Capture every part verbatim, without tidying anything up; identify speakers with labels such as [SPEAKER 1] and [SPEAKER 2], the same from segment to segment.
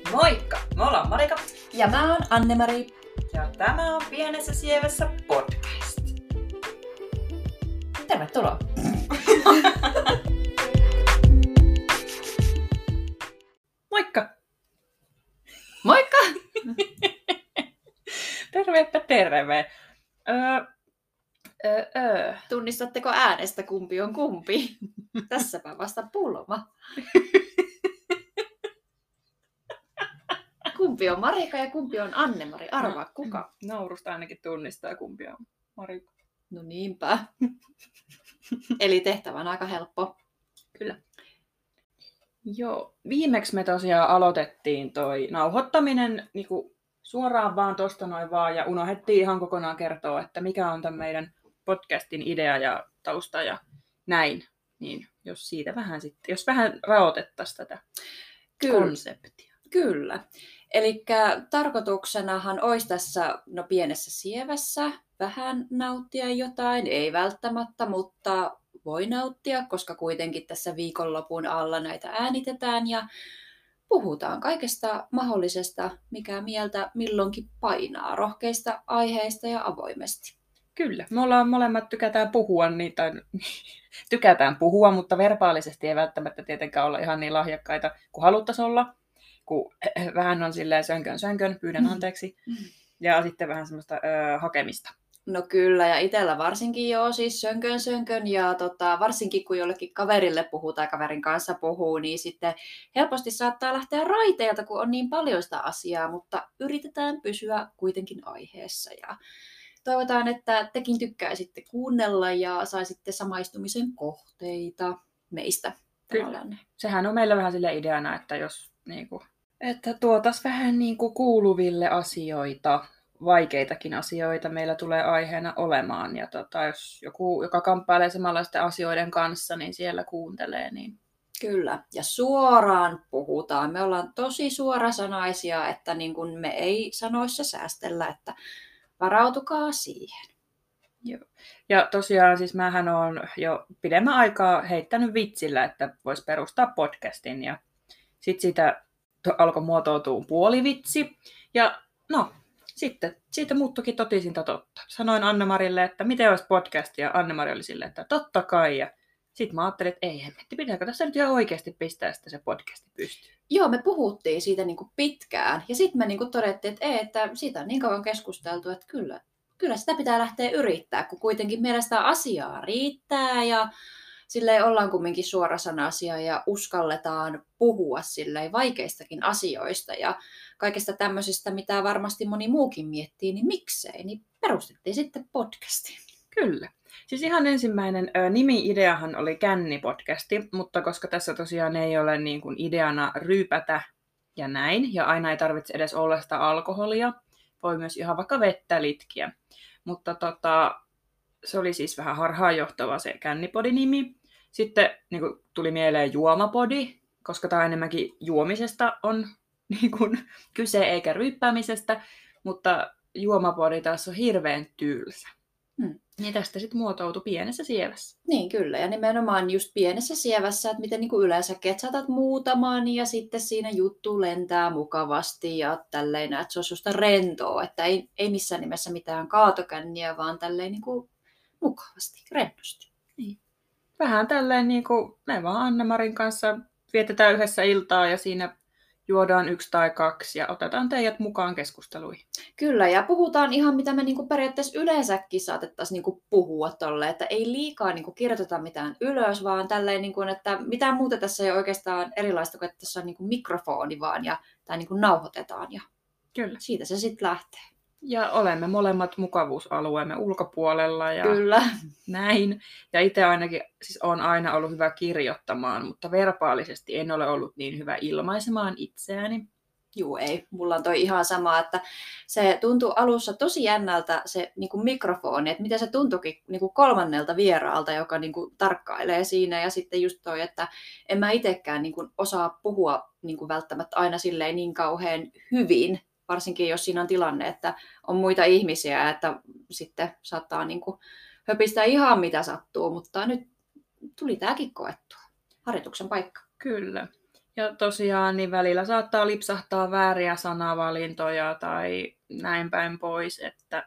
[SPEAKER 1] Moikka! Me ollaan Marika.
[SPEAKER 2] Ja mä oon Anne-Mari.
[SPEAKER 1] Ja tämä on Pienessä sievässä podcast.
[SPEAKER 2] Tervetuloa!
[SPEAKER 1] Moikka!
[SPEAKER 2] Moikka!
[SPEAKER 1] Tervepä terve! Öö, öö, öö.
[SPEAKER 2] Tunnistatteko äänestä kumpi on kumpi? Tässäpä vasta pulma. Kumpi on Marika ja kumpi on Anne-Mari? Arvaa
[SPEAKER 1] No,
[SPEAKER 2] kuka?
[SPEAKER 1] Naurusta ainakin tunnistaa kumpi on Marika.
[SPEAKER 2] No niinpä. Eli tehtävä on aika helppo.
[SPEAKER 1] Kyllä. Joo, viimeksi me tosiaan aloitettiin toi nauhoittaminen niin kuin suoraan vaan tosta noin vaan ja unohdettiin ihan kokonaan kertoa, että mikä on tämän meidän podcastin idea ja tausta ja näin. Niin jos siitä vähän sitten, jos vähän raotettaisiin tätä
[SPEAKER 2] Kyllä.
[SPEAKER 1] konseptia.
[SPEAKER 2] Kyllä. Eli tarkoituksenahan olisi tässä no, pienessä sievässä vähän nauttia jotain, ei välttämättä, mutta voi nauttia, koska kuitenkin tässä viikonlopun alla näitä äänitetään ja puhutaan kaikesta mahdollisesta, mikä mieltä milloinkin painaa, rohkeista aiheista ja avoimesti.
[SPEAKER 1] Kyllä, me ollaan molemmat tykätään puhua, niin, tai tykätään puhua, mutta verbaalisesti ei välttämättä tietenkään olla ihan niin lahjakkaita kuin haluttaisiin olla. Kun vähän on silleen sönkön sönkön, pyydän anteeksi, ja sitten vähän semmoista öö, hakemista.
[SPEAKER 2] No kyllä, ja itsellä varsinkin joo, siis sönkön sönkön, ja tota, varsinkin kun jollekin kaverille puhuu tai kaverin kanssa puhuu, niin sitten helposti saattaa lähteä raiteilta, kun on niin paljon sitä asiaa, mutta yritetään pysyä kuitenkin aiheessa, ja toivotaan, että tekin tykkäisitte kuunnella ja saisitte samaistumisen kohteita meistä.
[SPEAKER 1] Kyllä. Sehän on meillä vähän sille ideana, että jos niinku, että tuotas vähän niinku kuuluville asioita, vaikeitakin asioita meillä tulee aiheena olemaan. Ja tota, jos joku, joka kamppailee samanlaisten asioiden kanssa, niin siellä kuuntelee. Niin...
[SPEAKER 2] Kyllä, ja suoraan puhutaan. Me ollaan tosi suorasanaisia, että niin kun me ei sanoissa säästellä, että varautukaa siihen.
[SPEAKER 1] Joo. Ja tosiaan siis mähän olen jo pidemmän aikaa heittänyt vitsillä, että voisi perustaa podcastin. Ja sitten siitä alkoi muotoutua puolivitsi. Ja no, sitten siitä muuttuikin totisinta totta. Sanoin Anne-Marille, että miten olisi podcast, ja Anne-Mari oli silleen, että totta kai. Ja sitten mä ajattelin, että ei hemmetti, pitääkö tässä nyt ihan oikeasti pistää sitä se podcasti pystyy.
[SPEAKER 2] Joo, me puhuttiin siitä niin kuin pitkään. Ja sitten me niin kuin todettiin, että, ei, että siitä on niin kauan keskusteltu, että kyllä, kyllä sitä pitää lähteä yrittää, kun kuitenkin mielestä asiaa riittää ja silleen ollaan kumminkin suorasanaisia ja uskalletaan puhua silleen vaikeistakin asioista ja kaikesta tämmöisestä, mitä varmasti moni muukin miettii, niin miksei, niin perustettiin sitten podcastiin.
[SPEAKER 1] Kyllä. Siis ihan ensimmäinen ö, nimi-ideahan oli Känni-podcasti, mutta koska tässä tosiaan ei ole niin kuin ideana ryypätä ja näin, ja aina ei tarvitse edes olla sitä alkoholia, voi myös ihan vaikka vettä litkiä. Mutta tota, se oli siis vähän harhaanjohtava se Kännipodi-nimi. Sitten niin kuin tuli mieleen Juomapodi, koska tämä enemmänkin juomisesta on niin kuin, kyse eikä ryyppäämisestä, mutta Juomapodi taas on hirveän tylsä.
[SPEAKER 2] Hmm.
[SPEAKER 1] Niin tästä sitten muotoutui Pienessä sievässä.
[SPEAKER 2] Niin kyllä, ja nimenomaan just Pienessä sievässä, että miten niin kuin yleensä saatat muutaman ja sitten siinä juttu lentää mukavasti ja tälleen, että se on susta rentoa, että ei, ei missään nimessä mitään kaatokänniä, vaan tälleen niin kuin mukavasti, rennosti.
[SPEAKER 1] Niin. Vähän tälleen niin kuin me vaan Anne-Marin kanssa vietetään yhdessä iltaa ja siinä juodaan yksi tai kaksi ja otetaan teidät mukaan keskusteluihin.
[SPEAKER 2] Kyllä, ja puhutaan ihan mitä me niinku periaatteessa yleensäkin saatettaisiin niinku puhua tolle, että ei liikaa niinku kirjoiteta mitään ylös, vaan tälleen, niinku, että mitään muuta tässä ei oikeastaan erilaista kuin, että tässä on niinku mikrofoni vaan ja tämä niinku nauhoitetaan ja
[SPEAKER 1] Kyllä.
[SPEAKER 2] Siitä se sitten lähtee.
[SPEAKER 1] Ja olemme molemmat mukavuusalueemme ulkopuolella ja
[SPEAKER 2] Kyllä.
[SPEAKER 1] näin. Ja itse ainakin siis olen aina ollut hyvä kirjoittamaan, mutta verbaalisesti en ole ollut niin hyvä ilmaisemaan itseäni.
[SPEAKER 2] Juu, ei. Mulla on toi ihan sama, että se tuntui alussa tosi jännältä se niin kuin mikrofoni, että miten se tuntuikin niin kuin kolmannelta vieraalta, joka niin kuin tarkkailee siinä. Ja sitten just toi, että en mä itsekään niin kuin osaa puhua niin kuin välttämättä aina silleen niin kauhean hyvin, varsinkin jos siinä on tilanne, että on muita ihmisiä, että sitten saattaa niin kuin höpistää ihan mitä sattuu, mutta nyt tuli tämäkin koettua. Harjoituksen paikka.
[SPEAKER 1] Kyllä. Ja tosiaan niin välillä saattaa lipsahtaa vääriä sanavalintoja tai näin päin pois, että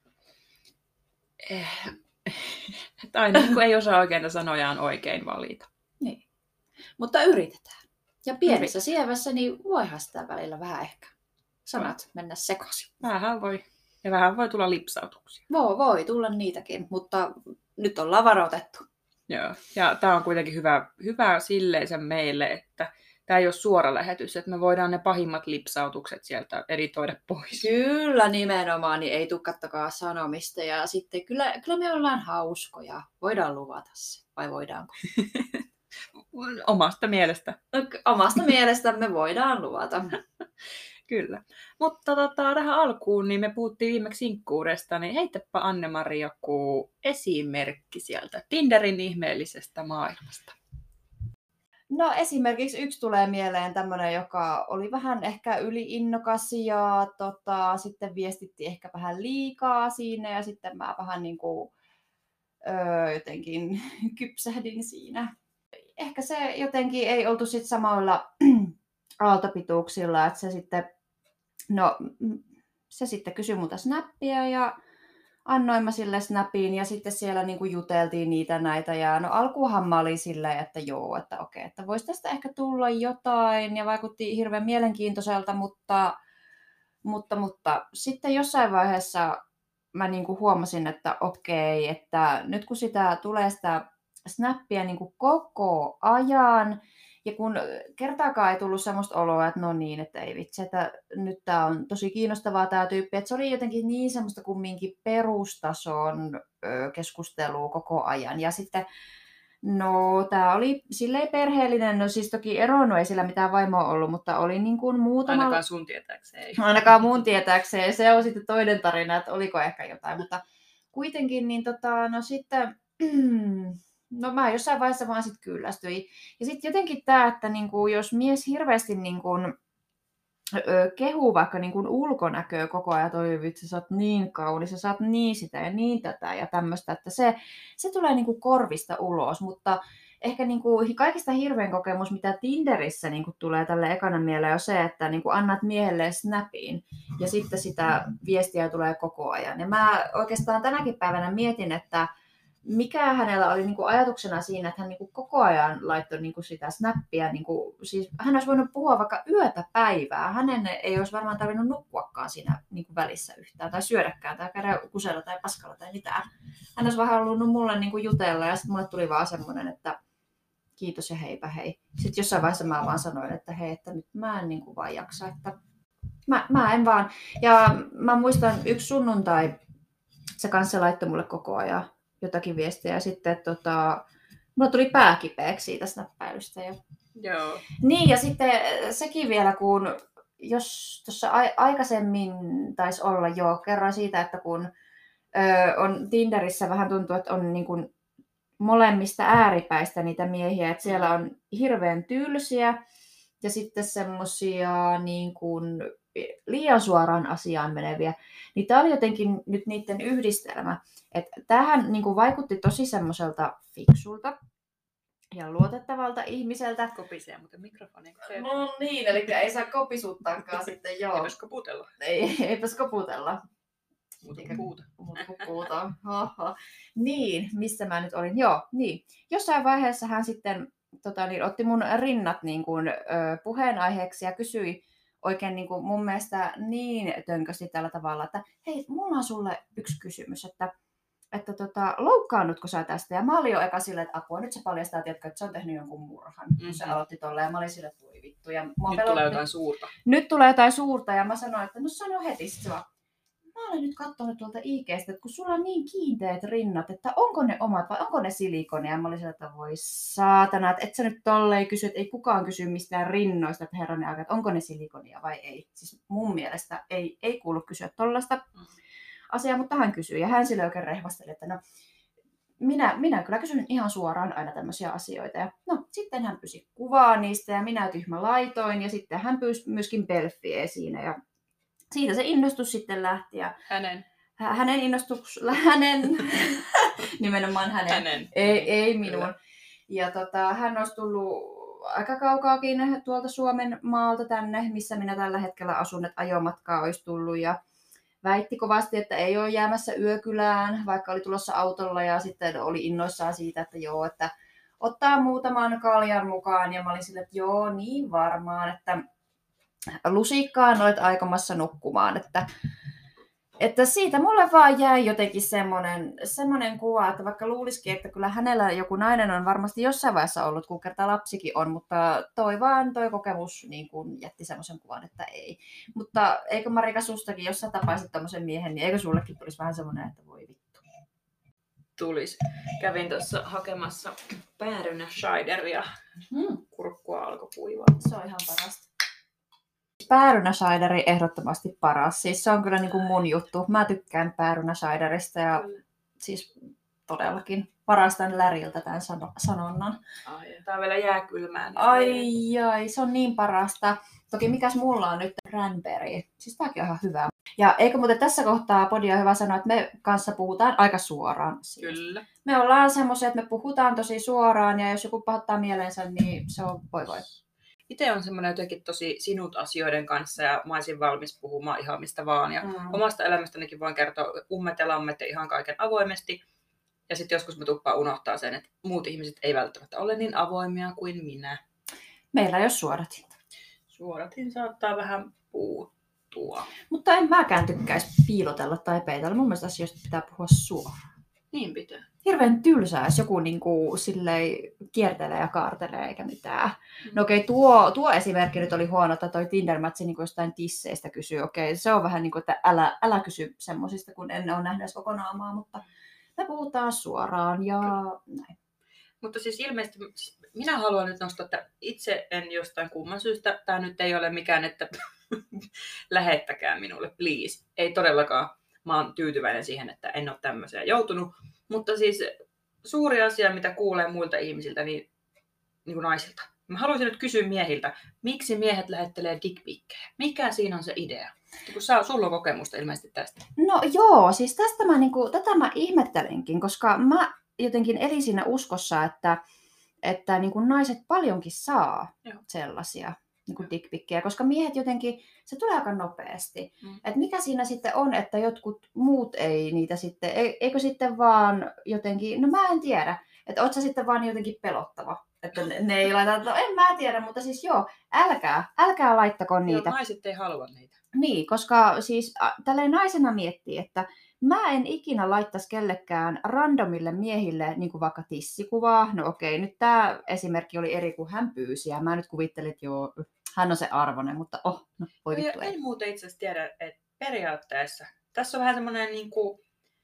[SPEAKER 1] eh, että aina niin kuin ei osaa oikein sanojaan oikein valita.
[SPEAKER 2] Niin. Mutta yritetään. Ja pienessä sievässä niin voihan sitä välillä vähän ehkä sanat mennä sekaisin.
[SPEAKER 1] Vähän voi. Ja vähän voi tulla lipsautuksia.
[SPEAKER 2] Voi, voi tulla niitäkin, mutta nyt ollaan varoitettu.
[SPEAKER 1] Joo. Ja tämä on kuitenkin hyvä, hyvä silleisen meille, että tämä ei ole suora lähetys, että me voidaan ne pahimmat lipsautukset sieltä editoida pois.
[SPEAKER 2] Kyllä nimenomaan, niin ei tule kattokaa sanomista. Ja sitten kyllä, kyllä me ollaan hauskoja. Voidaan luvata se, vai voidaanko?
[SPEAKER 1] Omasta mielestä.
[SPEAKER 2] Omasta mielestämme voidaan luvata.
[SPEAKER 1] Kyllä. Mutta tota, tähän alkuun niin me puhuttiin viimeksi sinkkuudesta, niin heitäpä Anne-Mari joku esimerkki sieltä Tinderin ihmeellisestä maailmasta.
[SPEAKER 2] No esimerkiksi yksi tulee mieleen tämmöinen, joka oli vähän ehkä yliinnokas ja tota, sitten viestitti ehkä vähän liikaa siinä ja sitten mä vähän niin kuin, öö, jotenkin kypsähdin siinä. Ehkä se jotenkin ei oltu sitten samoilla aaltopituuksilla, että se sitten, no, se sitten kysyi multa snappia ja annoin mä sille snappiin ja sitten siellä niinku juteltiin niitä näitä ja no alkuunhan mä olin silleen, että joo, että okei, että voisi tästä ehkä tulla jotain ja vaikutti hirveän mielenkiintoiselta, mutta, mutta, mutta sitten jossain vaiheessa mä niinku huomasin, että okei, että nyt kun sitä tulee sitä snappia niinku koko ajan, ja kun kertaakaan ei tullut semmoista oloa, että no niin, että ei vitsi, että nyt tää on tosi kiinnostavaa tää tyyppi, että se oli jotenkin niin semmoista kumminkin perustason keskustelua koko ajan. Ja sitten, no tää oli silleen perheellinen, no siis toki eronnut, ei sillä mitään vaimoa ollut, mutta oli niin kuin muutama...
[SPEAKER 1] Ainakaan sun tietääkseen.
[SPEAKER 2] Ainakaan mun tietääkseen, se on sitten toinen tarina, että oliko ehkä jotain, mutta kuitenkin, niin tota, no sitten... No mä jossain vaiheessa vaan sit kyllästyin. Ja sitten jotenkin tämä, että niinku, jos mies hirveästi niinku, ö, kehuu vaikka niinku ulkonäköä koko ajan, toi vitsi, sä oot niin kaunis, sä saat niin sitä ja niin tätä ja tämmöistä, että se, se tulee niinku korvista ulos, mutta ehkä niinku kaikista hirveän kokemus, mitä Tinderissä niinku tulee tälle ekana mieleen, on se, että niinku annat miehelle snappiin ja sitten sitä viestiä tulee koko ajan. Ja mä oikeastaan tänäkin päivänä mietin, että mikä hänellä oli niinku ajatuksena siinä, että hän niinku koko ajan laittoi niinku sitä snappia, niinku, siis hän olisi voinut puhua vaikka yötä päivää. Hänen ei olisi varmaan tarvinnut nukkuakaan siinä niinku välissä yhtään tai syödäkään tai käydä kusella tai paskalla tai mitään. Hän olisi vähän halunnut mulle niinku jutella ja sitten mulle tuli vaan semmoinen, että kiitos ja heipä hei. Sitten jossain vaiheessa mä vaan sanoin, että hei, että nyt mä en niinku vaan jaksa, että mä, mä en vaan. Ja mä muistan yksi sunnuntai, se kanssa laittoi mulle koko ajan jotakin viestiä ja sitten tota, mulla tuli pää kipeäksi siitä snappäilystä. Ja...
[SPEAKER 1] Joo.
[SPEAKER 2] Niin ja sitten sekin vielä, kun jos tuossa aikaisemmin taisi olla jo, kerran siitä, että kun ö, on Tinderissä vähän tuntuu, että on niin kuin molemmista ääripäistä niitä miehiä, että siellä on hirveän tylsiä ja sitten semmosia niin kuin liian suoraan asiaan meneviä, niin tämä oli jotenkin nyt niiden yhdistelmä. Että tämähän niin kuin vaikutti tosi semmoiselta fiksulta ja luotettavalta ihmiseltä.
[SPEAKER 1] Kopisee muuten mikrofoni.
[SPEAKER 2] No niin, eli ei saa kopisuuttaakaan sitten, joo.
[SPEAKER 1] Eipäs koputella.
[SPEAKER 2] Ei, eipäs koputella.
[SPEAKER 1] Muuta kuin puuta.
[SPEAKER 2] Muuta kuin puuta. Haha. Niin, missä mä nyt olin? Joo, niin. Jossain vaiheessa hän sitten tota, niin, otti mun rinnat niin kuin, ö, puheenaiheeksi ja kysyi oikein niin kuin mun mielestä niin tönkösti tällä tavalla, että hei, mulla on sulle yksi kysymys, että, että tota, loukkaannutko sä tästä? Ja mä olin jo eka silleen, että apua, nyt se paljastaa, tiedätkö, että se on tehnyt jonkun murhan, mm-hmm. kun se aloitti tolleen. Ja mä olin silleen, että voi vittu. Ja
[SPEAKER 1] nyt
[SPEAKER 2] pelot...
[SPEAKER 1] tulee jotain suurta.
[SPEAKER 2] Nyt tulee jotain suurta ja mä sanoin, että no sano heti. Sitten se vaan, mä olen nyt katsonut tuolta I G:stä, että kun sulla on niin kiinteät rinnat, että onko ne omat vai onko ne silikonia? Ja mä olin sieltä, että voi saatana, että et sä nyt tolleen kysy, että ei kukaan kysy mistään rinnoista, että herranen aika, että onko ne silikonia vai ei. Siis mun mielestä ei, ei kuulu kysyä tollaista asiaa, mutta hän kysyi ja hän sille oikein rehvasteli, että no minä, minä kyllä kysyn ihan suoraan aina tämmöisiä asioita. Ja no sitten hän pyysi kuvaa niistä ja minä tyhmä laitoin ja sitten hän pyysi myöskin pelffiä siinä ja siitä se innostus sitten lähti. Ja
[SPEAKER 1] hänen.
[SPEAKER 2] Hänen innostus, hänen, nimenomaan hänen,
[SPEAKER 1] hänen.
[SPEAKER 2] Ei, ei minun. Kyllä. Ja tota, hän olisi tullut aika kaukaakin tuolta Suomen maalta tänne, missä minä tällä hetkellä asun, että ajomatkaa olisi tullut ja väitti kovasti, että ei ole jäämässä yökylään, vaikka oli tulossa autolla ja sitten oli innoissaan siitä, että joo, että ottaa muutaman kaljan mukaan ja mä olin silleen, että joo, niin varmaan, että lusikkaan olet aikomassa nukkumaan, että Että siitä mulle vaan jäi jotenkin semmoinen, semmoinen kuva, että vaikka luulisikin, että kyllä hänellä joku nainen on varmasti jossain vaiheessa ollut, kun kerta lapsikin on, mutta toi vaan, toi kokemus niin kuin jätti semmoisen kuvan, että ei. Mutta eikö Marika sustakin, jos sä tapaisit tommosen miehen, niin eikö sullekin tulisi vähän semmoinen, että voi vittu?
[SPEAKER 1] Tulisi. Kävin tuossa hakemassa päärynä cideria.
[SPEAKER 2] Hmm.
[SPEAKER 1] Kurkkua alkoi kuivaa.
[SPEAKER 2] Se on ihan parasta. Päärynäsaideri ehdottomasti paras. Siis se on kyllä niin kuin mun juttu. Mä tykkään päärynäsaiderista ja kyllä. Siis todellakin parastan Läriltä tämän sano- sanonnan.
[SPEAKER 1] Ai, tää on vielä jääkylmää. Niin
[SPEAKER 2] ai, ai, se on niin parasta. Toki mikäs mulla on nyt cranberry. Siis tääkin on ihan hyvä. Ja eikö muuten tässä kohtaa podia hyvä sanoa, että me kanssa puhutaan aika suoraan.
[SPEAKER 1] Kyllä.
[SPEAKER 2] Me ollaan semmoisia, että me puhutaan tosi suoraan ja jos joku pahoittaa mieleensä, niin se on voi voi.
[SPEAKER 1] Itse on semmoinen jotenkin tosi sinut asioiden kanssa ja mä olisin valmis puhumaan ihan mistä vaan. Ja mm. omasta elämästänikin voin kertoa ummet ja lammet ja ihan kaiken avoimesti. Ja sitten joskus mä tuppaan unohtaa sen, että muut ihmiset ei välttämättä ole niin avoimia kuin minä.
[SPEAKER 2] Meillä ei ole suodatinta.
[SPEAKER 1] Suodatin saattaa vähän puuttua.
[SPEAKER 2] Mutta en mäkään tykkäisi piilotella tai peitellä. Mun mielestä asioista pitää puhua suoraan.
[SPEAKER 1] Niin pitää.
[SPEAKER 2] Hirveän tylsää, jos joku niinku silleen kiertelee ja kaartelee eikä mitään. Mm. No okei, okay, tuo, tuo esimerkki nyt oli huono, että toi Tinder-matsi niinku jostain tisseistä kysyy. Okei, okay, se on vähän niin kuin, että älä, älä kysy semmosista, kun en ole nähnyt edes koko naamaa, mutta me puhutaan suoraan ja näin.
[SPEAKER 1] Mutta siis ilmeisesti minä haluan nyt nostaa, että itse en jostain kumman syystä, tämä nyt ei ole mikään, että lähettäkää minulle, please. Ei todellakaan. Mä oon tyytyväinen siihen, että en ole tämmöiseen joutunut. Mutta siis suuri asia, mitä kuulee muilta ihmisiltä, niin, niin kuin naisilta. Mä haluaisin nyt kysyä miehiltä, miksi miehet lähettelee dickpikkejä? Mikä siinä on se idea? Kun sä, sulla on kokemusta ilmeisesti tästä.
[SPEAKER 2] No joo, siis tästä mä, niin kuin, tätä mä ihmettelenkin, koska mä jotenkin elin siinä uskossa, että, että niin kuin naiset paljonkin saa joo. sellaisia. Niin kuin dickpikkejä, koska miehet jotenkin, se tulee aika nopeasti. Mm. Et mikä siinä sitten on, että jotkut muut ei niitä sitten, eikö sitten vaan jotenkin, no mä en tiedä, että oot sä sitten vaan jotenkin pelottava, että ne, ne ei laita, no en mä tiedä, mutta siis joo, älkää, älkää laittako niitä.
[SPEAKER 1] Joo, naiset ei halua niitä.
[SPEAKER 2] Niin, koska siis äh, tälleen naisena miettii, että mä en ikinä laittaisi kellekään randomille miehille niin kuin vaikka tissikuvaa. No okei, nyt tämä esimerkki oli eri kuin hän pyysi ja mä nyt kuvittelin, että joo, hän on se arvoinen, mutta oh, no voi vittu ei.
[SPEAKER 1] En muuten itse asiassa tiedä, että periaatteessa tässä on vähän semmoinen niin kuin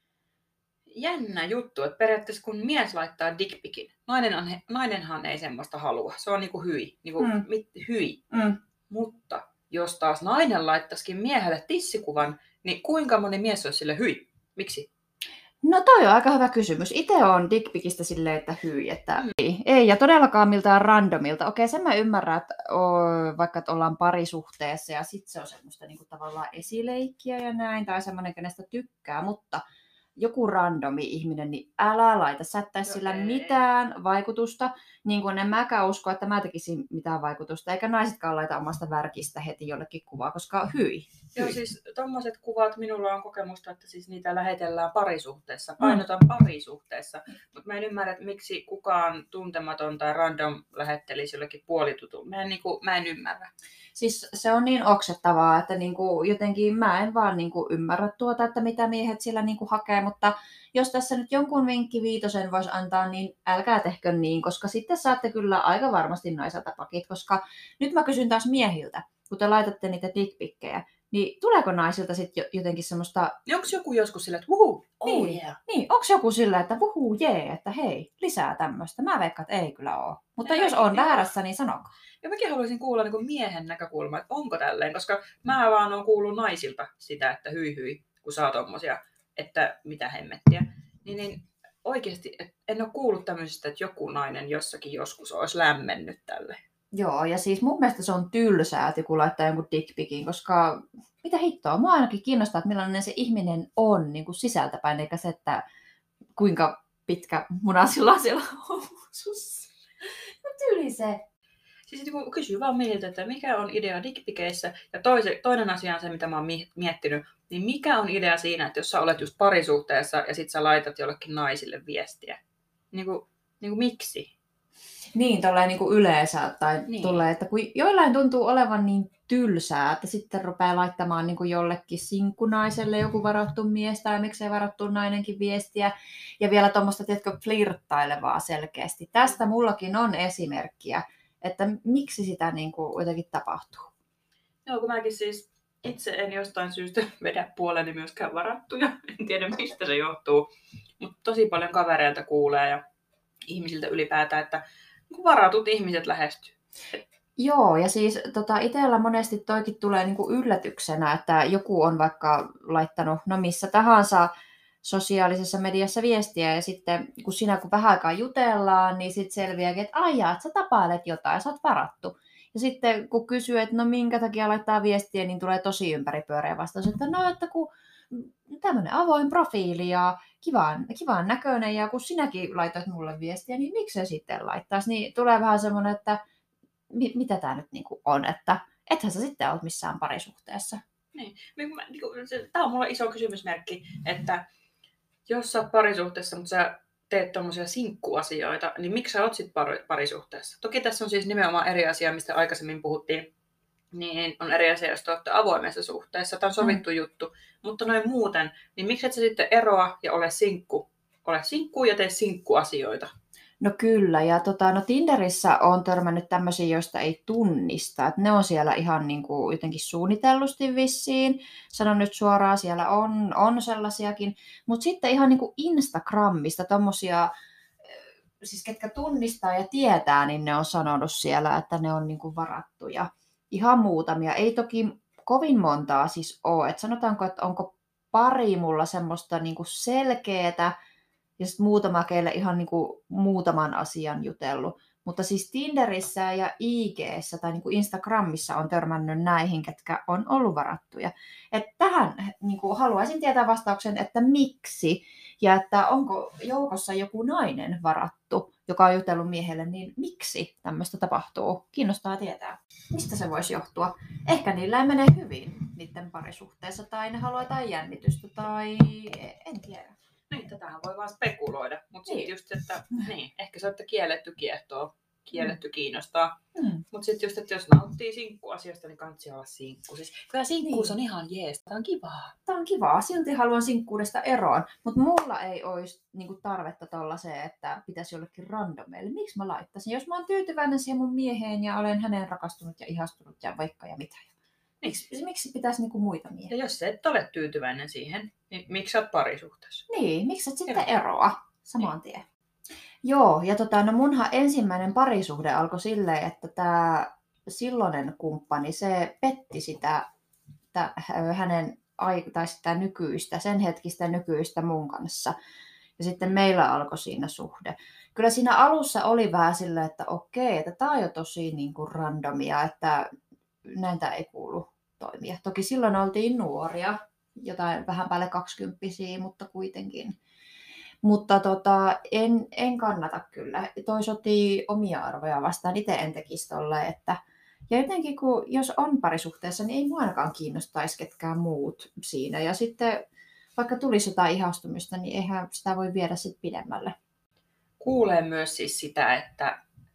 [SPEAKER 1] jännä juttu, että periaatteessa kun mies laittaa dickpikin, nainenhan, nainenhan ei semmoista halua. Se on niin kuin hyi, niin kuin mm. mit, hyi. Mm. Mutta jos taas nainen laittaisikin miehelle tissikuvan, niin kuinka moni mies olisi sille hyi? Miksi?
[SPEAKER 2] No toi on aika hyvä kysymys. Itse on dickpikistä silleen, että hyi, että mm. ei. ei. Ja todellakaan miltään randomilta. Okei, sen mä ymmärrän, että o, vaikka että ollaan parisuhteessa ja sit se on semmoista niinku tavallaan esileikkiä ja näin, tai semmoinen, kenestä tykkää, mutta joku randomi ihminen, niin älä laita. Sä et taisi sillä mitään vaikutusta. Niin kuin en mäkään usko, että mä tekisin mitään vaikutusta. Eikä naisetkaan laita omasta värkistä heti jollekin kuvaa, koska hyi. hyi.
[SPEAKER 1] Joo, siis tommoset kuvat, minulla on kokemusta, että siis niitä lähetellään parisuhteessa. Painotan mm. parisuhteessa. Mutta mä en ymmärrä, että miksi kukaan tuntematon tai random lähettelisi jollekin puolitutun. Mä en, niin kuin, mä en ymmärrä.
[SPEAKER 2] Siis se on niin oksettavaa, että niinku jotenkin mä en vaan niinku ymmärrä tuota, että mitä miehet sillä niinku hakee, mutta jos tässä nyt jonkun vinkki viitosen voisi antaa, niin älkää tehkö niin, koska sitten saatte kyllä aika varmasti naiselta pakit, koska nyt mä kysyn taas miehiltä, kun te laitatte niitä dickpikkejä, niin tuleeko naisilta sitten jotenkin semmoista...
[SPEAKER 1] Onko joku joskus sillä, että wuhuu,
[SPEAKER 2] oh niin, yeah. Niin, onko joku sillä, että wuhuu, jee, yeah, että hei, lisää tämmöistä. Mä veikkaan, että ei kyllä ole. Mutta ei, jos on väärässä, niin sanokaa.
[SPEAKER 1] Ja mäkin haluaisin kuulla niin kuin miehen näkökulma, että onko tälleen, koska mä vaan oon kuullut naisilta sitä, että hyi hyi, kun saa tommosia, että mitä hemmettiä. Niin, niin oikeasti en ole kuullut tämmöisistä, että joku nainen jossakin joskus olisi lämmennyt tälle.
[SPEAKER 2] Joo, ja siis mun mielestä se on tylsää, että kun laittaa jonkun dickpikin, koska mitä hittoa, mua ainakin kiinnostaa, että millainen se ihminen on niin kuin sisältäpäin, eikä se, että kuinka pitkä muna sillä on siellä housussa. No tyyli se.
[SPEAKER 1] Siis niin kysyy vaan meiltä, että mikä on idea dickpikeissä. Ja toise, toinen asia on se, mitä mä oon miettinyt, niin mikä on idea siinä, että jos sä olet just parisuhteessa ja sit sä laitat jollekin naisille viestiä. Niin kuin, niin kuin miksi?
[SPEAKER 2] Niin, tolleen niin kuin yleensä. Tai
[SPEAKER 1] Niin.
[SPEAKER 2] Tulee, että kun joillain tuntuu olevan niin tylsää, että sitten rupeaa laittamaan niin kuin jollekin sinkkunaiselle joku varattu mies tai miksei varattu nainenkin viestiä. Ja vielä tuommoista, tiedätkö, flirttailevaa selkeästi. Tästä mullakin on esimerkkiä, että miksi sitä niin kuin jotenkin tapahtuu.
[SPEAKER 1] Joo, kun mäkin siis itse en jostain syystä vedä puoleni myöskään varattuja. En tiedä, mistä se johtuu. Mutta tosi paljon kavereilta kuulee ja ihmisiltä ylipäätään, että varatut ihmiset lähestyy.
[SPEAKER 2] Joo, ja siis tota, itsellä monesti toikin tulee niinku yllätyksenä, että joku on vaikka laittanut no missä tahansa sosiaalisessa mediassa viestiä, ja sitten kun sinä kun vähän aikaa jutellaan, niin sitten selviääkin, että aijaa, että sä tapailet jotain, sä oot varattu. Ja sitten kun kysyy, että no minkä takia laittaa viestiä, niin tulee tosi ympäripyöreä vastaus, että no, että kun tämmöinen avoin profiili ja kivan, kivan näköinen, ja kun sinäkin laitat mulle viestiä, niin miksi se sitten laittaisi? Niin tulee vähän semmoinen, että mitä tämä nyt niinku on, että ethän sä sitten ole missään parisuhteessa.
[SPEAKER 1] Niin. Tämä on mulla iso kysymysmerkki, että jos sä oot parisuhteessa, mutta sä teet tommosia sinkkuasioita, niin miksi sä oot sit parisuhteessa? Toki tässä on siis nimenomaan eri asia, mistä aikaisemmin puhuttiin, niin on eri asia, jos te olette avoimessa suhteessa. Tämä on sovittu mm. juttu, mutta noin muuten, niin miksi et sä sitten eroa ja ole sinkku? Ole sinkku ja tee sinkkuasioita.
[SPEAKER 2] No kyllä, ja tota, no Tinderissä on törmännyt tämmöisiä, joista ei tunnista. Et ne on siellä ihan niin kuin jotenkin suunnitellusti vissiin. Sanon nyt suoraan, siellä on, on sellaisiakin. Mutta sitten ihan niin kuin Instagramista tommosia, siis ketkä tunnistaa ja tietää, niin ne on sanonut siellä, että ne on niin kuin varattuja. Ihan muutamia. Ei toki kovin montaa siis ole. Et sanotaanko, että onko pari mulla semmoista niin kuin selkeätä, ja sitten muutama keille ihan niin kuin muutaman asian jutellut. Mutta siis Tinderissä ja I G:ssä tai niin kuin Instagramissa on törmännyt näihin, ketkä on ollut varattuja. Et tähän niin kuin haluaisin tietää vastauksen, että miksi ja että onko joukossa joku nainen varattu, joka on jutellut miehelle, niin miksi tämmöistä tapahtuu? Kiinnostaa tietää. Mistä se voisi johtua? Ehkä niillä ei mene hyvin niiden parisuhteessa tai ne haluaa jotain jännitystä tai en tiedä.
[SPEAKER 1] Niin, tätähän voi vaan spekuloida, mutta
[SPEAKER 2] niin.
[SPEAKER 1] sitten just, että niin, ehkä se, että kielletty kiehtoo, kielletty mm. kiinnostaa.
[SPEAKER 2] Mm.
[SPEAKER 1] Mutta sitten just, että jos nauttii sinkkuasioista, niin kannattaa olla sinkku. Siis, kyllä sinkkuus niin. on ihan jees, tämä on kivaa.
[SPEAKER 2] Tämä on kivaa, silti haluan sinkkuudesta eroon, mutta mulla ei olisi niinku tarvetta tollaiseen, että pitäisi jollekin randomeille. Miksi mä laittaisin? Jos mä oon tyytyväinen siihen mun mieheen ja olen häneen rakastunut ja ihastunut ja vaikka ja mitä. Miksi, miksi pitäisi niinku muita miehiä?
[SPEAKER 1] Ja jos sä et ole tyytyväinen siihen, niin miksi sä oot parisuhteessa?
[SPEAKER 2] Niin, miksi et sitten eroa saman tien? Joo, ja tota, no munhan ensimmäinen parisuhde alkoi silleen, että tämä silloinen kumppani, se petti sitä, sitä hänen tai sitä nykyistä, sen hetkistä nykyistä mun kanssa. Ja sitten meillä alkoi siinä suhde. Kyllä siinä alussa oli vähän silleen, että okei, että tämä on jo tosi niin kuin randomia, että näin tämä ei kuulu toimia. Toki silloin oltiin nuoria, jotain vähän päälle kaksikymppisiä, mutta kuitenkin. Mutta tota, en, en kannata kyllä. Toi sotii omia arvoja vastaan. Itse en tekisi tolleen, että ja jotenkin kun jos on parisuhteessa, niin ei mua ainakaan kiinnostaisi ketkään muut siinä. Ja sitten vaikka tulisi jotain ihastumista, niin eihän sitä voi viedä sit pidemmälle.
[SPEAKER 1] Kuulee myös siis sitä, että,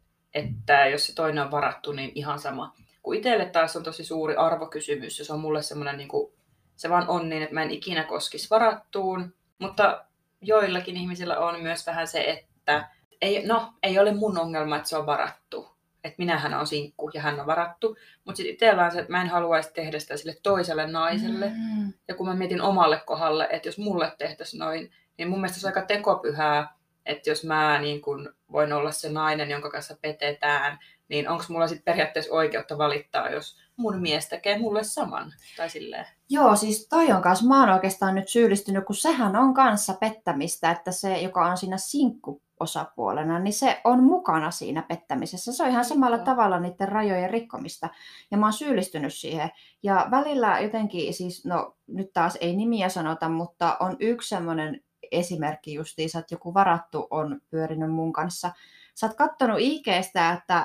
[SPEAKER 1] että jos se toinen on varattu, niin ihan sama. Kun itselle taas on tosi suuri arvokysymys, ja se on mulle semmoinen, niin kuin, se vaan on niin, että mä en ikinä koskisi varattuun. Mutta joillakin ihmisillä on myös vähän se, että ei, no, ei ole mun ongelma, että se on varattu. Että minähän on sinkku ja hän on varattu. Mutta sitten itsellä on se, että mä en haluaisi tehdä sitä sille toiselle naiselle. Mm. Ja kun mä mietin omalle kohdalle, että jos mulle tehtäisiin noin, niin mun mielestä se on aika tekopyhää, että jos mä niin kun voin olla se nainen, jonka kanssa petetään, niin onko mulla sitten periaatteessa oikeutta valittaa, jos mun mies tekee mulle saman? Tai silleen.
[SPEAKER 2] Joo, siis toi on kanssa, mä oon oikeastaan nyt syyllistynyt, kun sehän on kanssa pettämistä, että se, joka on siinä sinkkuosapuolena, niin se on mukana siinä pettämisessä. Se on ihan samalla tavalla niiden rajojen rikkomista. Ja mä oon syyllistynyt siihen. Ja välillä jotenkin, siis no nyt taas ei nimiä sanota, mutta on yksi semmoinen esimerkki justiinsa, että joku varattu on pyörinyt mun kanssa. Sä oot kattonut I G:stä, että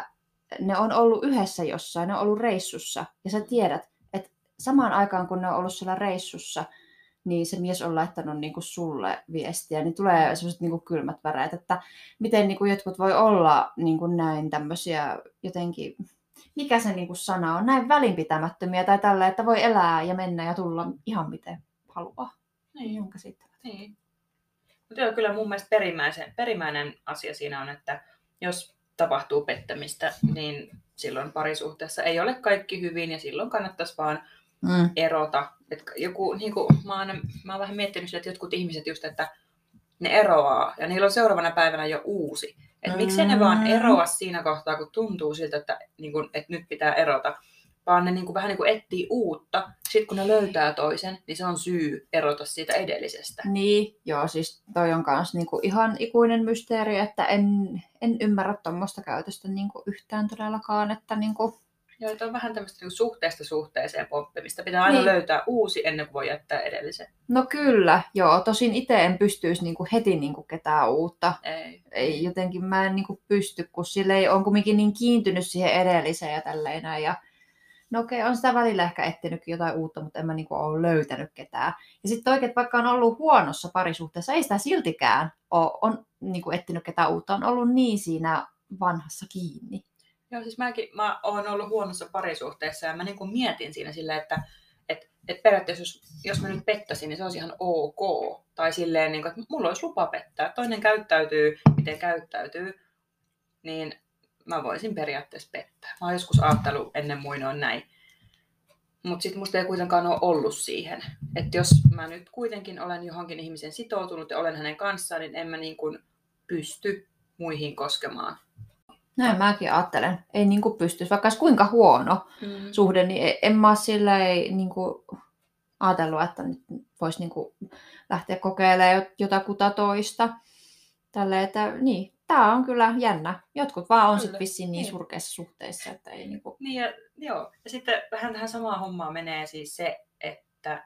[SPEAKER 2] ne on ollut yhdessä jossain, ne on ollut reissussa. Ja sä tiedät, että samaan aikaan kun ne on ollut siellä reissussa, niin se mies on laittanut niinku sulle viestiä, niin tulee sellaiset niinku kylmät väreet, että miten niinku jotkut voi olla niinku näin tämmöisiä jotenkin, mikä se niinku sana on, näin välinpitämättömiä tai tällä, että voi elää ja mennä ja tulla ihan miten haluaa.
[SPEAKER 1] Niin.
[SPEAKER 2] Jonka sitten.
[SPEAKER 1] Niin. Mutta joo, kyllä mun mielestä perimmäisen, perimmäinen asia siinä on, että jos tapahtuu pettämistä, niin silloin parisuhteessa ei ole kaikki hyvin ja silloin kannattaisi vaan mm. erota. Et joku, niin kuin, mä, oon, mä oon vähän miettinyt sitä, että jotkut ihmiset just, että ne eroaa ja niillä on seuraavana päivänä jo uusi. Että mm. miksei ne vaan eroa siinä kohtaa, kun tuntuu siltä, että, niin kun, että nyt pitää erota. Vaan ne niin kuin, vähän niin kuin etsii uutta. Sitten kun ne löytää toisen, niin se on syy erota siitä edellisestä.
[SPEAKER 2] Niin, joo, siis toi on kans niin kuin ihan ikuinen mysteeri, että en, en ymmärrä tuommoista käytöstä niin kuin yhtään todellakaan. Että niin kuin...
[SPEAKER 1] Joo, toi on vähän tämmöistä niin kuin suhteesta suhteeseen pomppimista. Pitää aina niin. löytää uusi ennen kuin voi jättää edellisen.
[SPEAKER 2] No kyllä, joo. Tosin itse en pystyisi niin kuin heti niin kuin ketään uutta.
[SPEAKER 1] Ei.
[SPEAKER 2] Ei jotenkin mä en niin kuin pysty, kun sille ei on kumminkin niin kiintynyt siihen edelliseen ja tälleen näin. Ja no okei, on sitä välillä ehkä etsinytkin jotain uutta, mutta en mä niinku ole löytänyt ketään. Ja sitten oikein, vaikka on ollut huonossa parisuhteessa, ei sitä siltikään ole on, niinku etsinyt ketään uutta. On ollut niin siinä vanhassa kiinni.
[SPEAKER 1] Joo, siis mäkin mä oon ollut huonossa parisuhteessa ja mä niinku mietin siinä silleen, että et, et periaatteessa jos, jos mä nyt pettäisin, niin se olisi ihan ok. Tai silleen, niinku, että mulla olisi lupa pettää. Toinen käyttäytyy, miten käyttäytyy, niin mä voisin periaatteessa pettää. Mä oon joskus ajatellut ennen muinoin näin. Mutta sitten musta ei kuitenkaan ole ollut siihen. Että jos mä nyt kuitenkin olen johonkin ihmisen sitoutunut ja olen hänen kanssaan, niin en mä niin kuin pysty muihin koskemaan.
[SPEAKER 2] Näin mäkin ajattelen. Ei niin kuin pystyisi. Vaikka olisi kuinka huono mm. suhde, niin en mä sillä ei niin kuin ajatellut, että nyt voisi niin kuin lähteä kokeilemaan jotakuta toista. Tälleen, että niin. Tämä on kyllä jännä. Jotkut vaan on sitten vissiin niin, niin surkeissa suhteissa, että ei niinku...
[SPEAKER 1] Niin ja, joo. Ja sitten vähän tähän samaan hommaan menee siis se, että...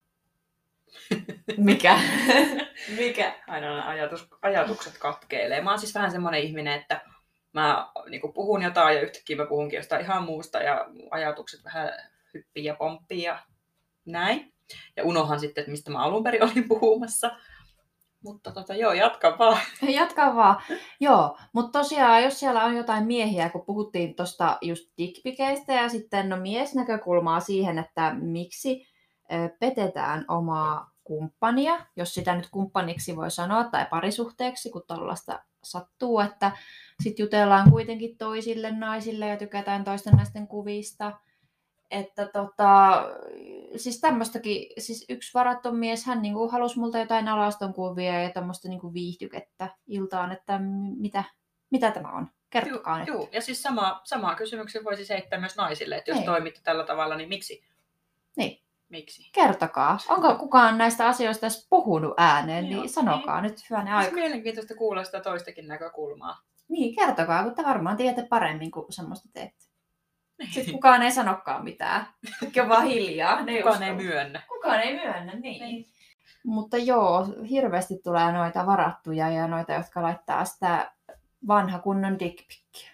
[SPEAKER 2] Mikä? Mikä?
[SPEAKER 1] Aina ajatus, ajatukset katkeilee. Mä oon siis vähän semmoinen ihminen, että mä niinku puhun jotain ja yhtäkkiä mä puhunkin jostain ihan muusta ja ajatukset vähän hyppii ja pomppii ja näin. Ja unohan sitten, että mistä mä alun perin olin puhumassa. Mutta tota, joo, jatka vaan.
[SPEAKER 2] Jatka vaan. Joo, mutta tosiaan, jos siellä on jotain miehiä, kun puhuttiin tuosta just dickpikeistä ja sitten no miesnäkökulmaa siihen, että miksi petetään omaa kumppania, jos sitä nyt kumppaniksi voi sanoa, tai parisuhteeksi, kun tollaista sattuu, että sitten jutellaan kuitenkin toisille naisille ja tykätään toisten naisten kuvista. Että tota, siis tämmöstäkin, siis yksi varaton mies, hän niinku halusi multa jotain alastonkuvia ja tämmöistä niinku viihdykettä iltaan, että mitä, mitä tämä on? Kertokaa nyt.
[SPEAKER 1] Joo, ja siis sama, samaa kysymyksiä voisi heittää myös naisille, että jos Ei. toimitte tällä tavalla, niin miksi?
[SPEAKER 2] Niin.
[SPEAKER 1] Miksi?
[SPEAKER 2] Kertokaa. Onko kukaan näistä asioista edes puhunut ääneen, niin, niin sanokaa niin. Nyt hyvänen aika.
[SPEAKER 1] Olisi mielenkiintoista kuulla sitä toistakin näkökulmaa.
[SPEAKER 2] Niin, kertokaa, kun te varmaan tiedätte paremmin kuin semmoista teette. Sitten kukaan ei sanokaan mitään. Kaikki on vaan hiljaa. Ne
[SPEAKER 1] kukaan ei myönnä.
[SPEAKER 2] Kukaan ei myönnä, niin. niin. Mutta joo, hirveästi tulee noita varattuja ja noita, jotka laittaa sitä vanha kunnon dickpickiä.